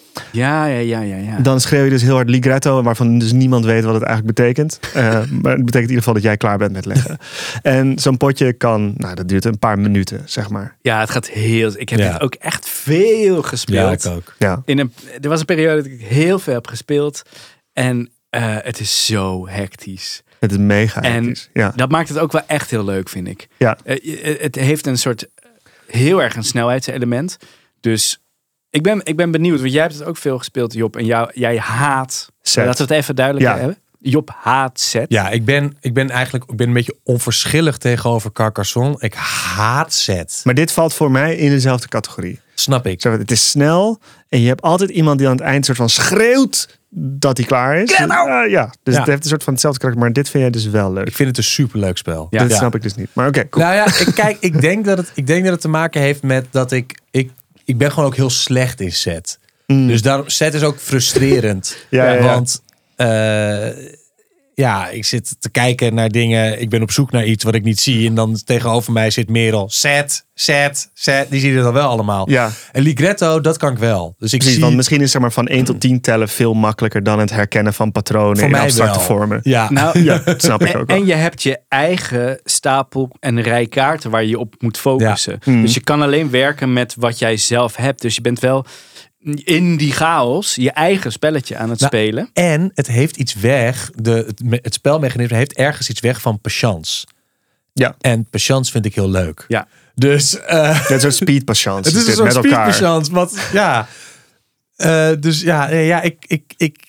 Ja, ja, ja, ja. ja. dan schreeuw je dus heel hard Ligretto, waarvan dus niemand weet wat het eigenlijk betekent. Uh, maar het betekent in ieder geval dat jij klaar bent met leggen. En zo'n potje kan, nou dat duurt een paar minuten, zeg maar. Ja, het gaat heel... Ik heb Ja. dit ook echt veel gespeeld. Ja, ik ook. Ja, In een, er was een periode dat ik heel veel heb gespeeld. En uh, het is zo hectisch. het is mega En- hectisch. Ja. Dat maakt het ook wel echt heel leuk, vind ik. Ja. Uh, je- het heeft een soort... Heel erg een snelheidselement. Dus ik ben, ik ben benieuwd. Want jij hebt het ook veel gespeeld, Job. En jou, jij haat... Set. Laten we het even duidelijk Ja. hebben. Job haat set. Ja, ik ben, ik ben eigenlijk ik ben een beetje onverschillig tegenover Carcassonne. Ik haat set. Maar dit valt voor mij in dezelfde categorie. Snap ik. Zo, het is snel en je hebt altijd iemand die aan het eind soort van schreeuwt dat hij klaar is. Uh, ja, dus Ja. het heeft een soort van hetzelfde karakter, maar dit vind jij dus wel leuk. Ik vind het een superleuk spel. Ja. Dit snap ik dus niet. Maar oké, cool. Nou ja, ik, kijk, ik denk, dat het, ik denk dat het te maken heeft met dat ik... Ik, ik ben gewoon ook heel slecht in set. Mm. Dus daarom, set is ook frustrerend. Ja, ja, ja. Want uh, ja, ik zit te kijken naar dingen. Ik ben op zoek naar iets wat ik niet zie. En dan tegenover mij zit Merel. Set, set, set. Die zie je dan wel allemaal. Ja, En Ligretto, dat kan ik wel. Dus ik precies. zie... Want misschien is zeg maar van één tot tien tellen veel makkelijker dan het herkennen van patronen Voor in mij abstracte wel. vormen. Ja. Nou, Ja, dat snap ik En, ook wel. en je hebt je eigen stapel en rij kaarten waar je op moet focussen. Mm. Dus je kan alleen werken met wat jij zelf hebt. Dus je bent wel in die chaos je eigen spelletje aan het Nou, spelen. En het heeft iets weg. De, het, me- het spelmechanisme heeft ergens iets weg van patience. Ja. En patience vind ik heel leuk. Ja. Dus uh, Het is een soort speed patience. het is een dit soort met elkaar. speed patience. Wat, ja. Uh, dus ja, nee, ja, ik, ik, ik,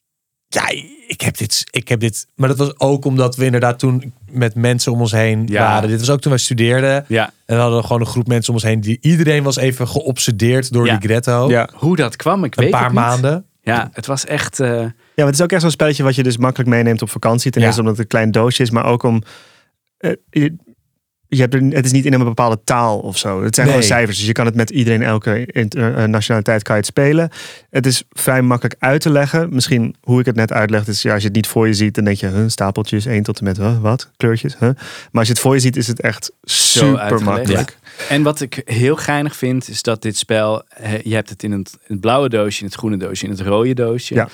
ja, ik heb dit, ik heb dit. Maar dat was ook omdat we inderdaad toen met mensen om ons heen Ja. waren. Dit was ook toen wij studeerden. Ja. En we hadden gewoon een groep mensen om ons heen. Die, iedereen was even geobsedeerd door Ja. Ligretto. Ja. Hoe dat kwam, ik Een weet paar het niet. maanden. Ja, het was echt... uh, Ja, maar het is ook echt zo'n spelletje wat je dus makkelijk meeneemt op vakantie. Ten Ja. eerste omdat het een klein doosje is, maar ook om... eh, je, je hebt er, het is niet in een bepaalde taal of zo. Het zijn Nee. gewoon cijfers, dus je kan het met iedereen, elke inter- eh, nationaliteit kan je het spelen. Het is vrij makkelijk uit te leggen. Misschien hoe ik het net uitleg, is ja, als je het niet voor je ziet, dan denk je, huh, stapeltjes, één tot en met huh, wat, kleurtjes. Huh? Maar als je het voor je ziet, is het echt super uitgelegd. makkelijk. En wat ik heel geinig vind, is dat dit spel... eh, je hebt het in het, in het blauwe doosje, in het groene doosje, in het rode doosje. Ja.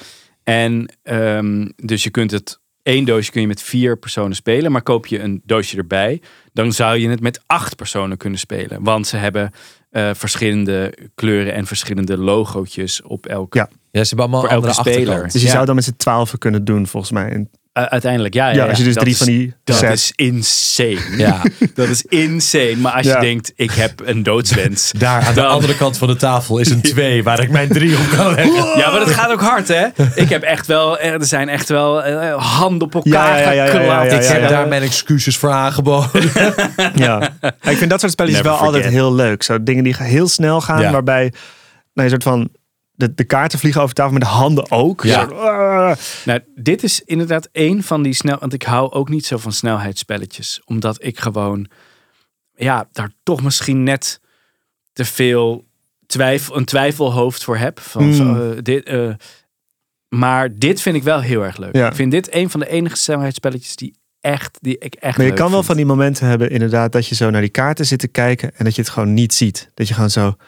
En um, dus je kunt het... één doosje kun je met vier personen spelen. Maar koop je een doosje erbij, dan zou je het met acht personen kunnen spelen. Want ze hebben uh, verschillende kleuren en verschillende logootjes op elk. Ja. Ja, ze hebben allemaal Voor een andere elke speler. achterkant. Dus je Ja. zou dan met z'n twaalfen kunnen doen, volgens mij. En, Uh, uiteindelijk, ja. Ja, ja, ja, als je dus dat drie is, van die Dat sets... is insane. Ja. Dat is insane. Maar als Ja. je denkt, ik heb een doodswens. Daar aan de Dan- andere kant van de tafel is een twee waar ik mijn drie op kan leggen. Ja, maar dat gaat ook hard, hè? Ik heb echt wel, er zijn echt wel uh, handen op elkaar Ja, ja, ja, ja, ja, geklapt. ja, Ik ja, heb ja. daar mijn excuses voor aangeboden. Ja. Ik vind dat soort spelletjes Never wel altijd forget. heel leuk. Zo dingen die heel snel gaan, Ja. waarbij nou, een soort van de, de kaarten vliegen over tafel, maar de handen ook. Ja. Zo, ah. Nou, dit is inderdaad één van die snel... Want ik hou ook niet zo van snelheidsspelletjes. Omdat ik gewoon... Ja, daar toch misschien net te veel twijfel, een twijfelhoofd voor heb. Van, Mm. zo, uh, dit, uh, maar dit vind ik wel heel erg leuk. Ja. Ik vind dit een van de enige snelheidsspelletjes die echt, die ik echt Maar je leuk kan wel vind. van die momenten hebben, inderdaad, dat je zo naar die kaarten zit te kijken en dat je het gewoon niet ziet. Dat je gewoon zo,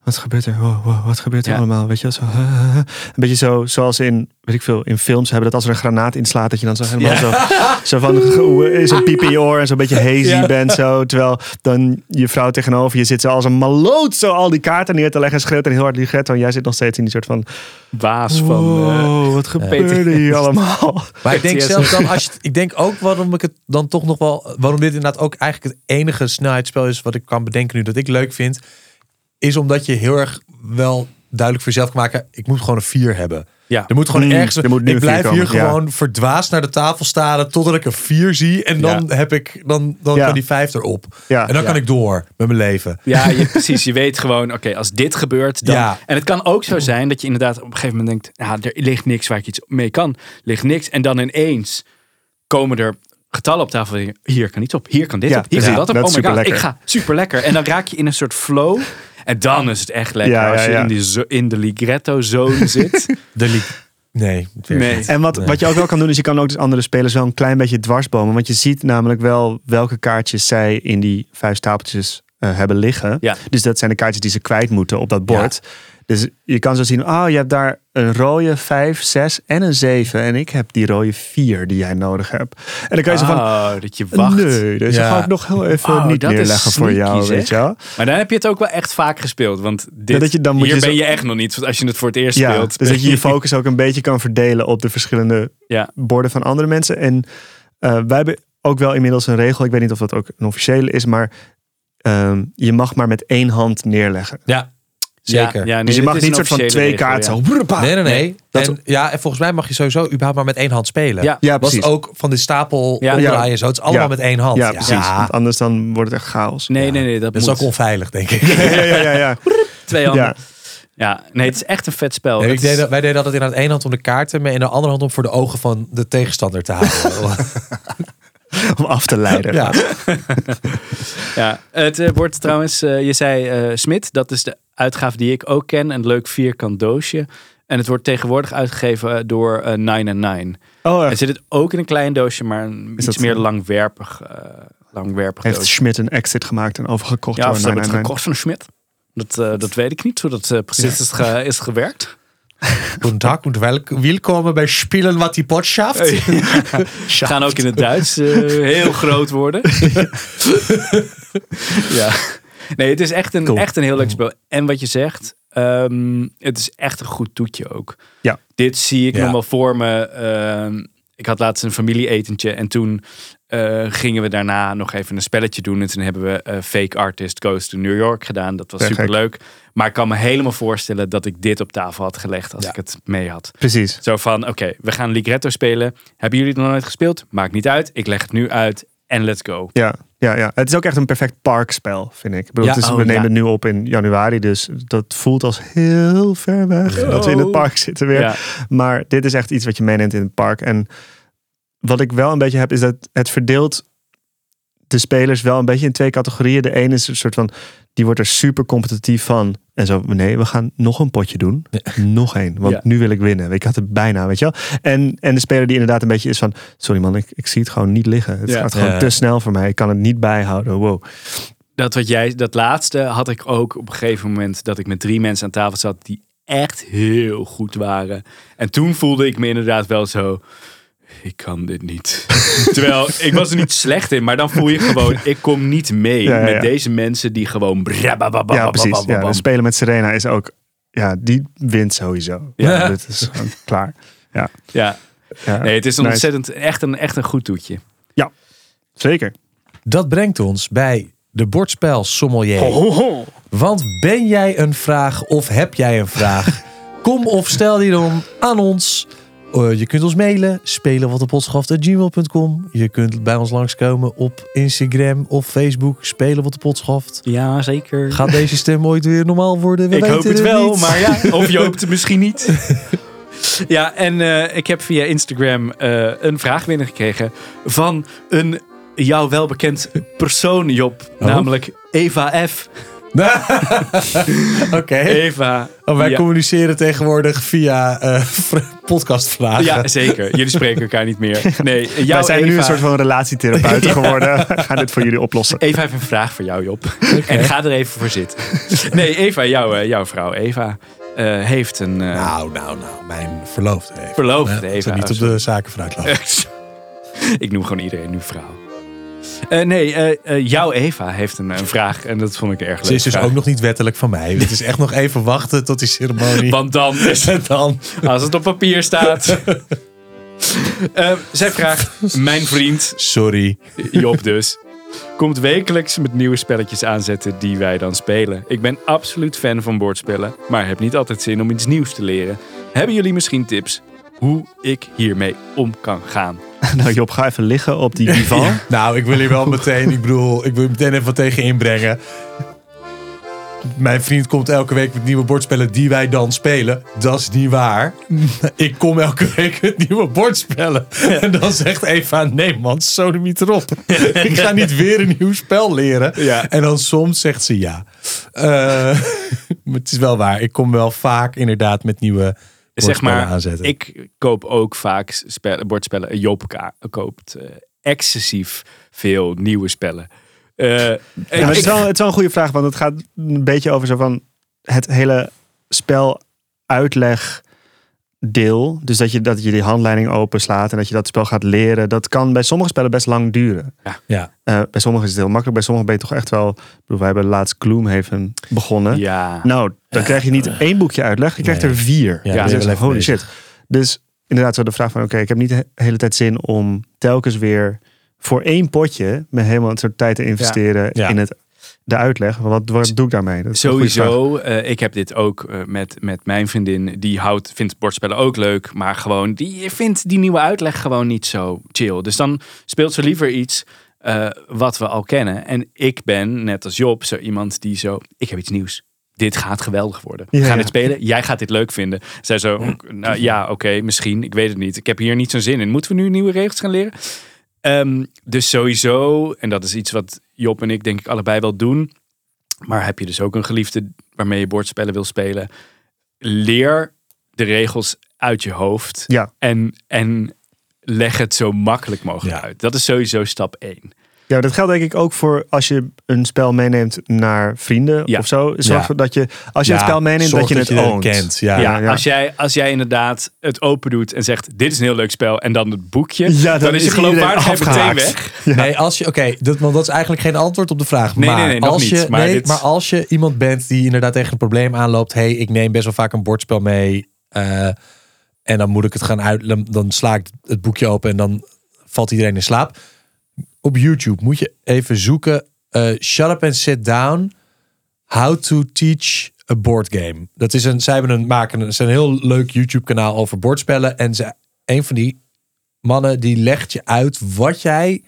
wat gebeurt er? Wow, wow, wat gebeurt er Ja. allemaal? Weet je, zo, uh, uh, een beetje zo, zoals in, weet ik veel, in films hebben dat als er een granaat inslaat, dat je dan zo helemaal Ja. zo, zo van, is een piep in je oor en zo'n beetje hazy Ja. bent zo, terwijl dan je vrouw tegenover je zit zo als een maloot zo al die kaarten neer te leggen en schreeuwt en heel hard Ligretto en jij zit nog steeds in die soort van, Baas van... eh, wow, wat gebeurde Peter. hier allemaal? Maar ik denk P T S D. zelfs dan, als je, ik denk ook waarom ik het dan toch nog wel, waarom dit inderdaad ook eigenlijk het enige snelheidsspel is wat ik kan bedenken nu dat ik leuk vind, is omdat je heel erg wel duidelijk voor jezelf kan maken, ik moet gewoon een vier hebben. Ja. Er moet gewoon Mm, ergens, er moet nu ik een blijf vier hier komen, ja. gewoon verdwaasd naar de tafel staren totdat ik een vier zie en dan Ja. heb ik, dan, dan Ja. kan die vijf erop. Ja. En dan Ja. kan ik door met mijn leven. Ja, je, precies. Je weet gewoon, oké, als dit gebeurt, dan... Ja. En het kan ook zo zijn dat je inderdaad op een gegeven moment denkt, ja, er ligt niks waar ik iets mee kan. Er ligt niks. En dan ineens komen er getallen op tafel. Hier kan iets op, hier kan dit Ja, op, hier precies. kan dat op. Dat Oh is my god, superlekker. ik ga super lekker. En dan raak je in een soort flow. En dan is het echt lekker Ja, ja, als je ja. in, die zo- in de Ligretto-zone zit. De li- nee, het werkt Nee. niet. En wat, Nee. wat je ook wel kan doen, is je kan ook dus andere spelers wel een klein beetje dwarsbomen. Want je ziet namelijk wel welke kaartjes zij in die vijf stapeltjes eh, hebben liggen. Ja. Dus dat zijn de kaartjes die ze kwijt moeten op dat bord. Dus je kan zo zien, oh, je hebt daar een rode vijf, zes en een zeven. En ik heb die rode vier die jij nodig hebt. En dan kan je zo van, Oh, dat je wacht. nee, deze Ja. ga ik nog heel even Oh, niet dat is neerleggen voor sneaky, jou, zeg. weet je wel. Maar dan heb je het ook wel echt vaak gespeeld. Want dit, Ja, dat je- dan moet hier je ben zo- je echt nog niet. Want als je het voor het eerst Ja, speelt. dus dat je je focus ook een beetje kan verdelen op de verschillende Ja. borden van andere mensen. En eh, wij hebben ook wel inmiddels een regel. Ik weet niet of dat ook een officiële is, maar ehm, je mag maar met één hand neerleggen. Ja, zeker. Ja, ja, nee, dus je dit mag is niet een soort van officiële twee regel, kaarten ja. zo. brrrpa. Nee, nee, nee. Nee, dat- en, ja, en volgens mij mag je sowieso überhaupt maar met één hand spelen. Ja. Ja, Was precies. het ook van die stapel Ja. omdraaien en zo. Het is allemaal Ja. met één hand. Ja, precies. Ja, Want anders dan wordt het echt chaos. Nee, nee, nee. Dat, dat is moet. ook onveilig, denk ik. Ja, ja, ja, ja. Twee handen. Ja. Ja. nee, het is echt een vet spel. Nee, Dat ik deed is- dat, wij deden dat in aan de ene hand om de kaarten, maar in de andere hand om voor de ogen van de tegenstander te houden. Om af te leiden. ja. Ja, het eh, wordt trouwens, eh, je zei eh Smit, dat is de uitgave die ik ook ken. Een leuk vierkant doosje. En het wordt tegenwoordig uitgegeven eh, door uh, nine and nine. Oh, Er echt? zit het ook in een klein doosje, maar een Is iets dat- meer langwerpig, uh, langwerpig Heeft doosje. Schmidt een exit gemaakt en overgekocht Ja, door of ze hebben het nine nine gekocht van Schmidt. Dat, uh, dat weet ik niet, hoe dat uh, precies is, ge- is gewerkt. Goedendag en welk- welkom bij Spelen wat die pot schaft. We gaan ook in het Duits uh, heel groot worden. Ja. Nee, het is echt een, Cool. echt een heel leuk spel. En wat je zegt, um, het is echt een goed toetje ook. Ja. Dit zie ik Ja. nog wel voor me. Um, ik had laatst een familieetentje en toen uh, gingen we daarna nog even een spelletje doen. En toen hebben we uh, Fake Artist Goes to New York gedaan. Dat was Echt super leuk. Maar ik kan me helemaal voorstellen dat ik dit op tafel had gelegd als Ja. ik het mee had. Precies. Zo van, oké, okay, we gaan Ligretto spelen. Hebben jullie het nog nooit gespeeld? Maakt niet uit. Ik leg het nu uit en let's go. Ja, ja, ja. Het is ook echt een perfect parkspel, vind ik. ik bedoel, Ja, het is, oh, we nemen ja. het nu op in januari, dus dat voelt als heel ver weg. Oh. Dat we in het park zitten weer. Ja. Maar dit is echt iets wat je meeneemt in het park. En wat ik wel een beetje heb, is dat het verdeelt de spelers wel een beetje in twee categorieën. De ene is een soort van, die wordt er super competitief van. En zo, nee, we gaan nog een potje doen. Ja. Nog één, want Ja. nu wil ik winnen. Ik had het bijna, weet je wel. En, en de speler die inderdaad een beetje is van, sorry man, ik, ik zie het gewoon niet liggen. Het Ja. gaat gewoon Ja. te snel voor mij. Ik kan het niet bijhouden. Wow. Dat wat jij, dat laatste had ik ook op een gegeven moment dat ik met drie mensen aan tafel zat die echt heel goed waren. En toen voelde ik me inderdaad wel zo, ik kan dit niet. Terwijl, ik was er niet slecht in, maar dan voel je gewoon, ik kom niet mee Ja, ja, ja. met deze mensen die gewoon... Ja, precies. Ja, de spelen met Serena is ook, ja, die wint sowieso. Ja. Ja, dit is gewoon klaar. Ja, Ja, ja. nee, het is een Nice. ontzettend, echt een, echt een goed toetje. Zeker. Dat brengt ons bij de bordspel sommelier. Want ben jij een vraag of heb jij een vraag? Kom of stel die dan aan ons. Uh, je kunt ons mailen, spelen wat de podcast at gmail punt com. Je kunt bij ons langskomen op Instagram of Facebook, spelen wat de podcast. Ja, zeker. Gaat deze stem ooit weer normaal worden? We Ik hoop weten het wel, niet. maar ja, of je hoopt het misschien niet. Ja, en uh, ik heb via Instagram uh, een vraag binnengekregen van een jou welbekend persoon, Job. Oh. Namelijk Eva F. Oké. Eva. Oh, wij ja, communiceren tegenwoordig via uh, podcastvragen. ja, zeker. Jullie spreken elkaar niet meer. Nee, jou, Wij zijn Eva, nu een soort van relatietherapeuten geworden. We gaan dit voor jullie oplossen. Eva heeft een vraag voor jou, Job. Okay. En ga er even voor zitten. Nee, Eva, jou, uh, jouw vrouw Eva uh, heeft een... Uh, nou, nou, nou. Mijn verloofde Eva. Verloofde uh, Eva. Niet op de zaken vooruit lopen. Ik noem gewoon iedereen nu vrouw. Uh, nee, uh, uh, jouw Eva heeft een, een vraag en dat vond ik erg leuk. Ze is dus vraag. ook nog niet wettelijk van mij. Het is echt nog even wachten tot die ceremonie. Want dan is het dan. Als het op papier staat. uh, zij vraagt, mijn vriend... Sorry. Job dus. Komt wekelijks met nieuwe spelletjes aanzetten die wij dan spelen. Ik ben absoluut fan van bordspellen, maar heb niet altijd zin om iets nieuws te leren. Hebben jullie misschien tips hoe ik hiermee om kan gaan? Nou Job, ga even liggen op die divan. Ja. Nou, ik wil hier wel meteen, ik bedoel, ik wil meteen even wat tegen inbrengen. Mijn vriend komt elke week met nieuwe bordspellen die wij dan spelen. Dat is niet waar. Ik kom elke week met nieuwe bordspellen. En dan zegt Eva, nee man, sodemiet erop. Ik ga niet weer een nieuw spel leren. Ja. En dan soms zegt ze ja. Uh, het is wel waar. Ik kom wel vaak inderdaad met nieuwe zeg maar, aanzetten. Ik koop ook vaak spellen, bordspellen. Job koopt uh, excessief veel nieuwe spellen. Uh, ja, maar het, is wel, het is wel een goede vraag, want het gaat een beetje over zo van het hele spel uitleg deel. Dus dat je, dat je die handleiding openslaat en dat je dat spel gaat leren. Dat kan bij sommige spellen best lang duren. Ja. Ja. Uh, bij sommigen is het heel makkelijk. Bij sommigen ben je toch echt wel... Bedoel, wij hebben laatst Gloomhaven begonnen. Ja. Nou, dan krijg je niet één boekje uitleg. Je krijgt nee. er vier. Ja, ja, dat is echt, holy shit. Dus inderdaad zo de vraag van... Oké, okay, ik heb niet de hele tijd zin om telkens weer... voor één potje me helemaal een soort tijd te investeren ja. Ja. in het, de uitleg. Wat, wat doe ik daarmee? Dat is sowieso, uh, ik heb dit ook uh, met, met mijn vriendin. Die houdt, vindt bordspellen ook leuk. Maar gewoon, die vindt die nieuwe uitleg gewoon niet zo chill. Dus dan speelt ze liever iets uh, wat we al kennen. En ik ben, net als Job, zo iemand die zo... Ik heb iets nieuws. Dit gaat geweldig worden. We ja, gaan ja. dit spelen. Jij gaat dit leuk vinden. Zij zo, nou, ja, oké, okay, misschien. Ik weet het niet. Ik heb hier niet zo'n zin in. Moeten we nu nieuwe regels gaan leren? Um, dus sowieso, en dat is iets wat Job en ik denk ik allebei wel doen. Maar heb je dus ook een geliefde waarmee je bordspellen wil spelen. Leer de regels uit je hoofd. Ja. En, en leg het zo makkelijk mogelijk ja. uit. Dat is sowieso stap één. Ja, dat geldt denk ik ook voor als je een spel meeneemt naar vrienden ja. of zo. Zorg ja. dat je, als je ja, het spel meeneemt, dat je dat het je oont. kent. Ja. Ja, ja. Als, jij, als jij inderdaad het open doet en zegt, dit is een heel leuk spel, en dan het boekje, ja, dan, dan is je geloofwaardigheid meteen weg. Ja. Nee, als je, oké, okay, dat, want dat is eigenlijk geen antwoord op de vraag. Nee, maar, nee, nee, nog als niet, je, maar, nee dit... maar als je iemand bent die inderdaad tegen een probleem aanloopt, hey, ik neem best wel vaak een bordspel mee, uh, en dan moet ik het gaan uit, dan, dan sla ik het boekje open en dan valt iedereen in slaap. Op YouTube moet je even zoeken. Uh, Shut Up and Sit Down. How to Teach a Board Game. Dat is een, zij hebben een, maken een, een heel leuk YouTube kanaal over bordspellen. En ze, een van die mannen die legt je uit wat jij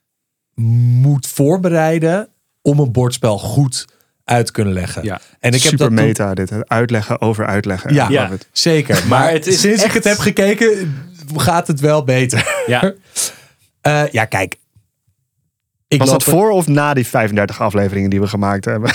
moet voorbereiden om een bordspel goed uit te kunnen leggen. Ja. En ik Super heb dat meta toen... dit. Uitleggen over uitleggen. Ja, ja zeker. Maar, maar het is sinds echt... ik het heb gekeken gaat het wel beter. Ja, uh, ja kijk. Ik was dat voor of na die vijfendertig afleveringen die we gemaakt hebben?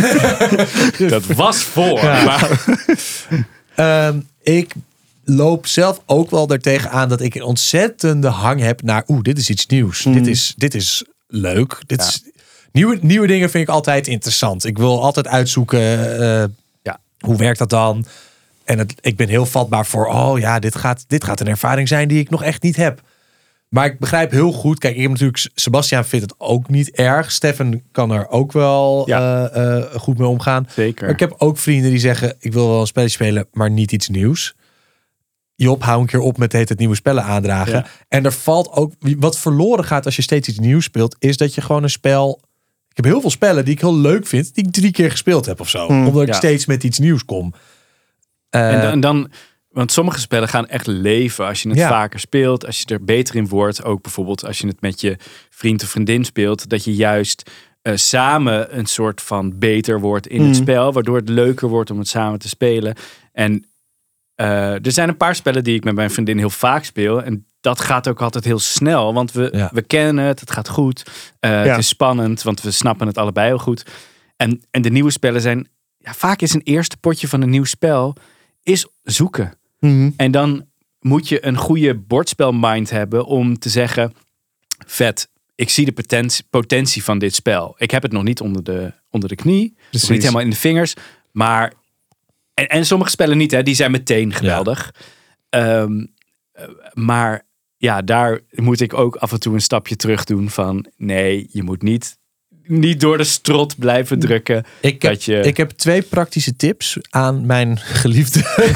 Dat was voor. Ja. Maar... um, ik loop zelf ook wel daartegen aan dat ik een ontzettende hang heb naar... Oeh, dit is iets nieuws. Mm. Dit, is, dit is leuk. Dit ja. is, nieuwe, nieuwe dingen vind ik altijd interessant. Ik wil altijd uitzoeken, uh, ja. hoe werkt dat dan? En het, ik ben heel vatbaar voor... Oh ja, dit gaat, dit gaat een ervaring zijn die ik nog echt niet heb. Maar ik begrijp heel goed. Kijk, ik heb natuurlijk... Sebastiaan vindt het ook niet erg. Stefan kan er ook wel ja. uh, uh, goed mee omgaan. Zeker. Maar ik heb ook vrienden die zeggen... Ik wil wel een spelletje spelen, maar niet iets nieuws. Job, hou een keer op met het, het nieuwe spellen aandragen. Ja. En er valt ook... Wat verloren gaat als je steeds iets nieuws speelt... is dat je gewoon een spel... Ik heb heel veel spellen die ik heel leuk vind... die ik drie keer gespeeld heb of zo. Hmm, omdat ik ja. steeds met iets nieuws kom. Uh, en dan... En dan... Want sommige spellen gaan echt leven als je het ja. vaker speelt. Als je er beter in wordt. Ook bijvoorbeeld als je het met je vriend of vriendin speelt. Dat je juist uh, samen een soort van beter wordt in mm. het spel. Waardoor het leuker wordt om het samen te spelen. En uh, er zijn een paar spellen die ik met mijn vriendin heel vaak speel. En dat gaat ook altijd heel snel. Want we, ja. we kennen het, het gaat goed. Uh, ja. Het is spannend, want we snappen het allebei heel goed. En, en de nieuwe spellen zijn... Ja, vaak is een eerste potje van een nieuw spel... is zoeken. Mm-hmm. En dan moet je een goede bordspelmind hebben... om te zeggen... vet, ik zie de potentie, potentie van dit spel. Ik heb het nog niet onder de, onder de knie. Nog niet helemaal in de vingers. Maar... En, en sommige spellen niet, hè. Die zijn meteen geweldig. Ja. Um, maar... Ja, daar moet ik ook af en toe een stapje terug doen van... nee, je moet niet, niet door de strot blijven drukken. Ik heb, dat je... ik heb twee praktische tips aan mijn geliefde.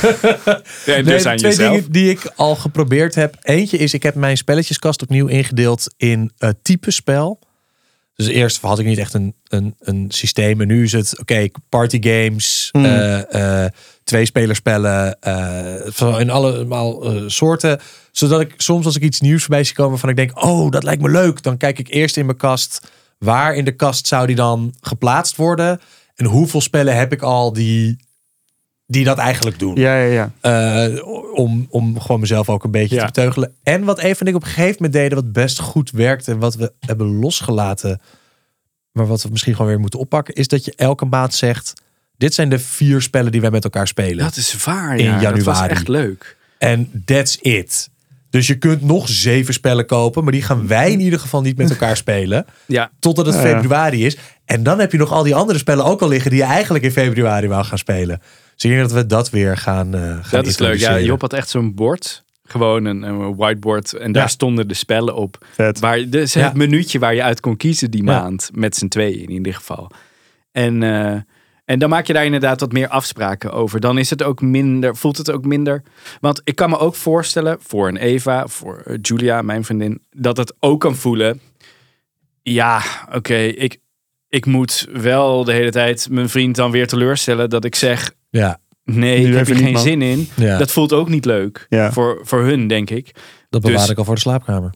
Ja, dus nee, aan twee jezelf. dingen die ik al geprobeerd heb. Eentje is, ik heb mijn spelletjeskast opnieuw ingedeeld in uh, type spel. Dus eerst had ik niet echt een, een, een systeem. En nu is het, oké, okay, party games, mm. uh, uh, tweespelerspellen, uh, in allemaal uh, soorten. Zodat ik soms als ik iets nieuws voorbij zie komen waarvan ik denk, oh, dat lijkt me leuk. Dan kijk ik eerst in mijn kast, waar in de kast zou die dan geplaatst worden? En hoeveel spellen heb ik al die, die dat eigenlijk doen? Ja, ja, ja. Uh, om, om gewoon mezelf ook een beetje ja. te beteugelen. En wat een van ik op een gegeven moment deden, wat best goed werkt en wat we hebben losgelaten, maar wat we misschien gewoon weer moeten oppakken, is dat je elke maand zegt, dit zijn de vier spellen die wij met elkaar spelen. Dat is waar, in ja. januari. Dat was echt leuk. En that's it. Dus je kunt nog zeven spellen kopen, maar die gaan wij in ieder geval niet met elkaar spelen. Ja. Totdat het februari is. En dan heb je nog al die andere spellen ook al liggen die je eigenlijk in februari wou gaan spelen. Dus ik denk dat we dat weer gaan, uh, gaan Dat is leuk. Ja, Job had echt zo'n bord. Gewoon een, een whiteboard. En daar ja. stonden de spellen op. Vet. Waar, dus ja. het minuutje waar je uit kon kiezen die ja. maand. Met z'n tweeën in ieder geval. En... Uh, En dan maak je daar inderdaad wat meer afspraken over. Dan is het ook minder, voelt het ook minder. Want ik kan me ook voorstellen, voor een Eva, voor Julia, mijn vriendin, dat het ook kan voelen. Ja, oké, okay, ik, ik moet wel de hele tijd mijn vriend dan weer teleurstellen. Dat ik zeg, ja. nee, nu ik heb er geen man. zin in. Ja. Dat voelt ook niet leuk. Ja. Voor, voor hun, denk ik. Dat bewaar dus, ik al voor de slaapkamer.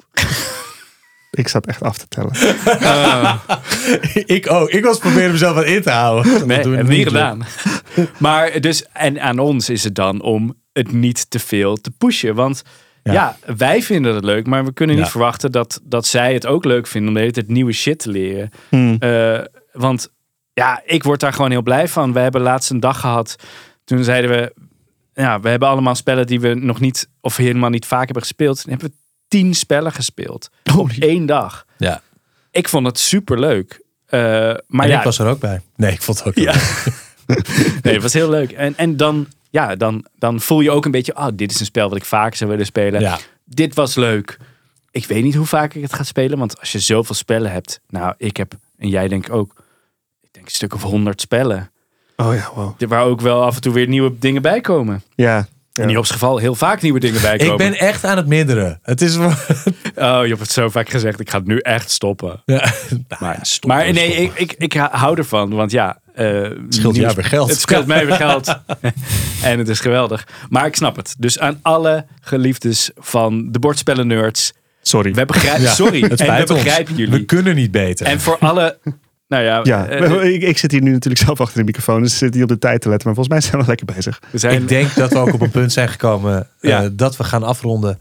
Ik zat echt af te tellen. Uh, ik ook. Ik was proberen mezelf wat in te houden. Nee, heb niet gedaan. Maar dus, en aan ons is het dan om het niet te veel te pushen. Want ja, ja wij vinden het leuk, maar we kunnen niet ja. verwachten dat, dat zij het ook leuk vinden om de hele tijd nieuwe shit te leren. Hmm. Uh, want ja, ik word daar gewoon heel blij van. We hebben laatst een dag gehad. Toen zeiden we, ja, we hebben allemaal spellen die we nog niet of helemaal niet vaak hebben gespeeld. Dan hebben we tien spellen gespeeld. Op één dag. Ja. Ik vond het super leuk. Uh, maar en ja, ik was er ook bij. Nee, ik vond het ook ja. leuk. Nee, het was heel leuk. En, en dan, ja, dan, dan voel je ook een beetje, oh, dit is een spel wat ik vaker zou willen spelen. Ja. Dit was leuk. Ik weet niet hoe vaak ik het ga spelen, want als je zoveel spellen hebt, nou, ik heb, en jij denk ook, ik denk een stuk of honderd spellen. Oh ja, wow. Waar ook wel af en toe weer nieuwe dingen bij komen. Ja. Ja. In Jobs geval heel vaak nieuwe dingen bij komen. Ik ben echt aan het minderen. Het is... Oh, je hebt het zo vaak gezegd. Ik ga het nu echt stoppen. Ja. Maar, ja, stop, maar nee, stop. ik, ik, ik hou ervan. Want ja... Uh, het scheelt jou weer geld. Het scheelt mij weer geld. En het is geweldig. Maar ik snap het. Dus aan alle geliefdes van de bordspellen nerds. Sorry. We begrijpen, ja, sorry. Het en we begrijpen ons. jullie. We kunnen niet beter. En voor alle... Nou ja, ja uh, ik, ik zit hier nu natuurlijk zelf achter de microfoon, dus ik zit hier op de tijd te letten. Maar volgens mij zijn we lekker bezig. We zijn... Ik denk dat we ook op een punt zijn gekomen ja. uh, dat we gaan afronden.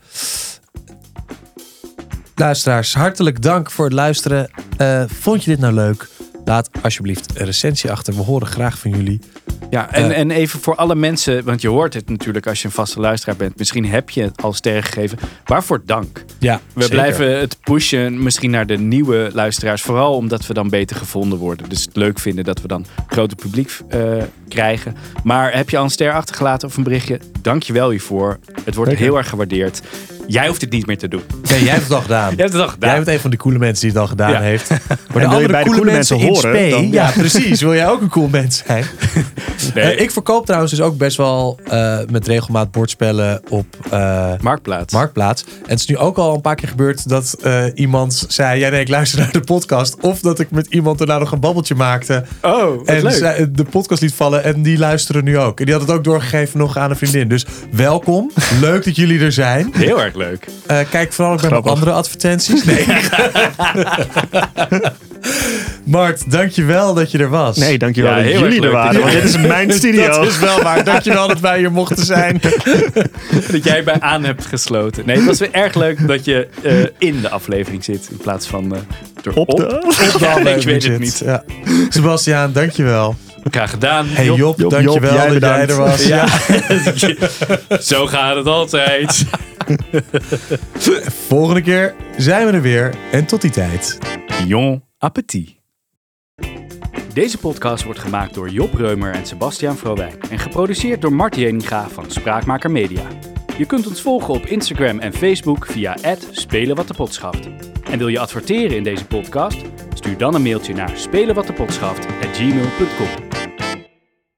Luisteraars, hartelijk dank voor het luisteren. Uh, vond je dit nou leuk? Laat alsjeblieft een recensie achter. We horen graag van jullie. Ja, en, uh, en even voor alle mensen, want je hoort het natuurlijk als je een vaste luisteraar bent. Misschien heb je het al sterren gegeven. Waarvoor dank. Ja, we zeker. blijven het pushen misschien naar de nieuwe luisteraars. Vooral omdat we dan beter gevonden worden. Dus het leuk vinden dat we dan groter publiek uh, krijgen. Maar heb je al een ster achtergelaten of een berichtje? Dank je wel hiervoor. Het wordt Zeker. heel erg gewaardeerd. Jij hoeft het niet meer te doen. Nee, jij hebt het al gedaan. Jij hebt het al gedaan. Jij bent een van de coole mensen die het al gedaan ja. heeft. Maar de de andere bij de coole, coole mensen, mensen horen, in spe, dan, ja, precies. Wil jij ook een cool mens zijn? Nee. Uh, ik verkoop trouwens dus ook best wel uh, met regelmaat bordspellen op uh, Marktplaats. Marktplaats. En het is nu ook al een paar keer gebeurd dat uh, iemand zei, ja nee, ik luister naar de podcast. Of dat ik met iemand daarna nog een babbeltje maakte. Oh, wat en leuk. Zei, de podcast liet vallen en die luisteren nu ook. En die had het ook doorgegeven nog aan een vriendin. Dus welkom. Leuk dat jullie er zijn. Heel erg leuk. Uh, kijk vooral ook bij mijn andere advertenties. Nee. Mart, dankjewel dat je er was. Nee, dankjewel Ja, dat heel jullie erg er leuk. waren. Want dit is mijn studio. Dat is wel waar. Dankjewel dat wij hier mochten zijn. Dat jij bij aan hebt gesloten. Nee, het was weer erg leuk dat je uh, in de aflevering zit in plaats van uh, erop. Op de... Op de Ja, ik weet het zit. niet. Ja. Sebastiaan, dankjewel. Graag gedaan. Hey Job. Job, Job, dankjewel Job, jij dat jij bedankt. er was. Ja. Zo gaat het altijd. Volgende keer zijn we er weer. En tot die tijd. Bon appétit. Deze podcast wordt gemaakt door Job Reumer en Sebastiaan Vrouwijn en geproduceerd door Mart Jeninga van Spraakmaker Media. Je kunt ons volgen op Instagram en Facebook via at spelenwatdepotschaft. En wil je adverteren in deze podcast? Stuur dan een mailtje naar spelenwatdepotschaft at gmail dot com.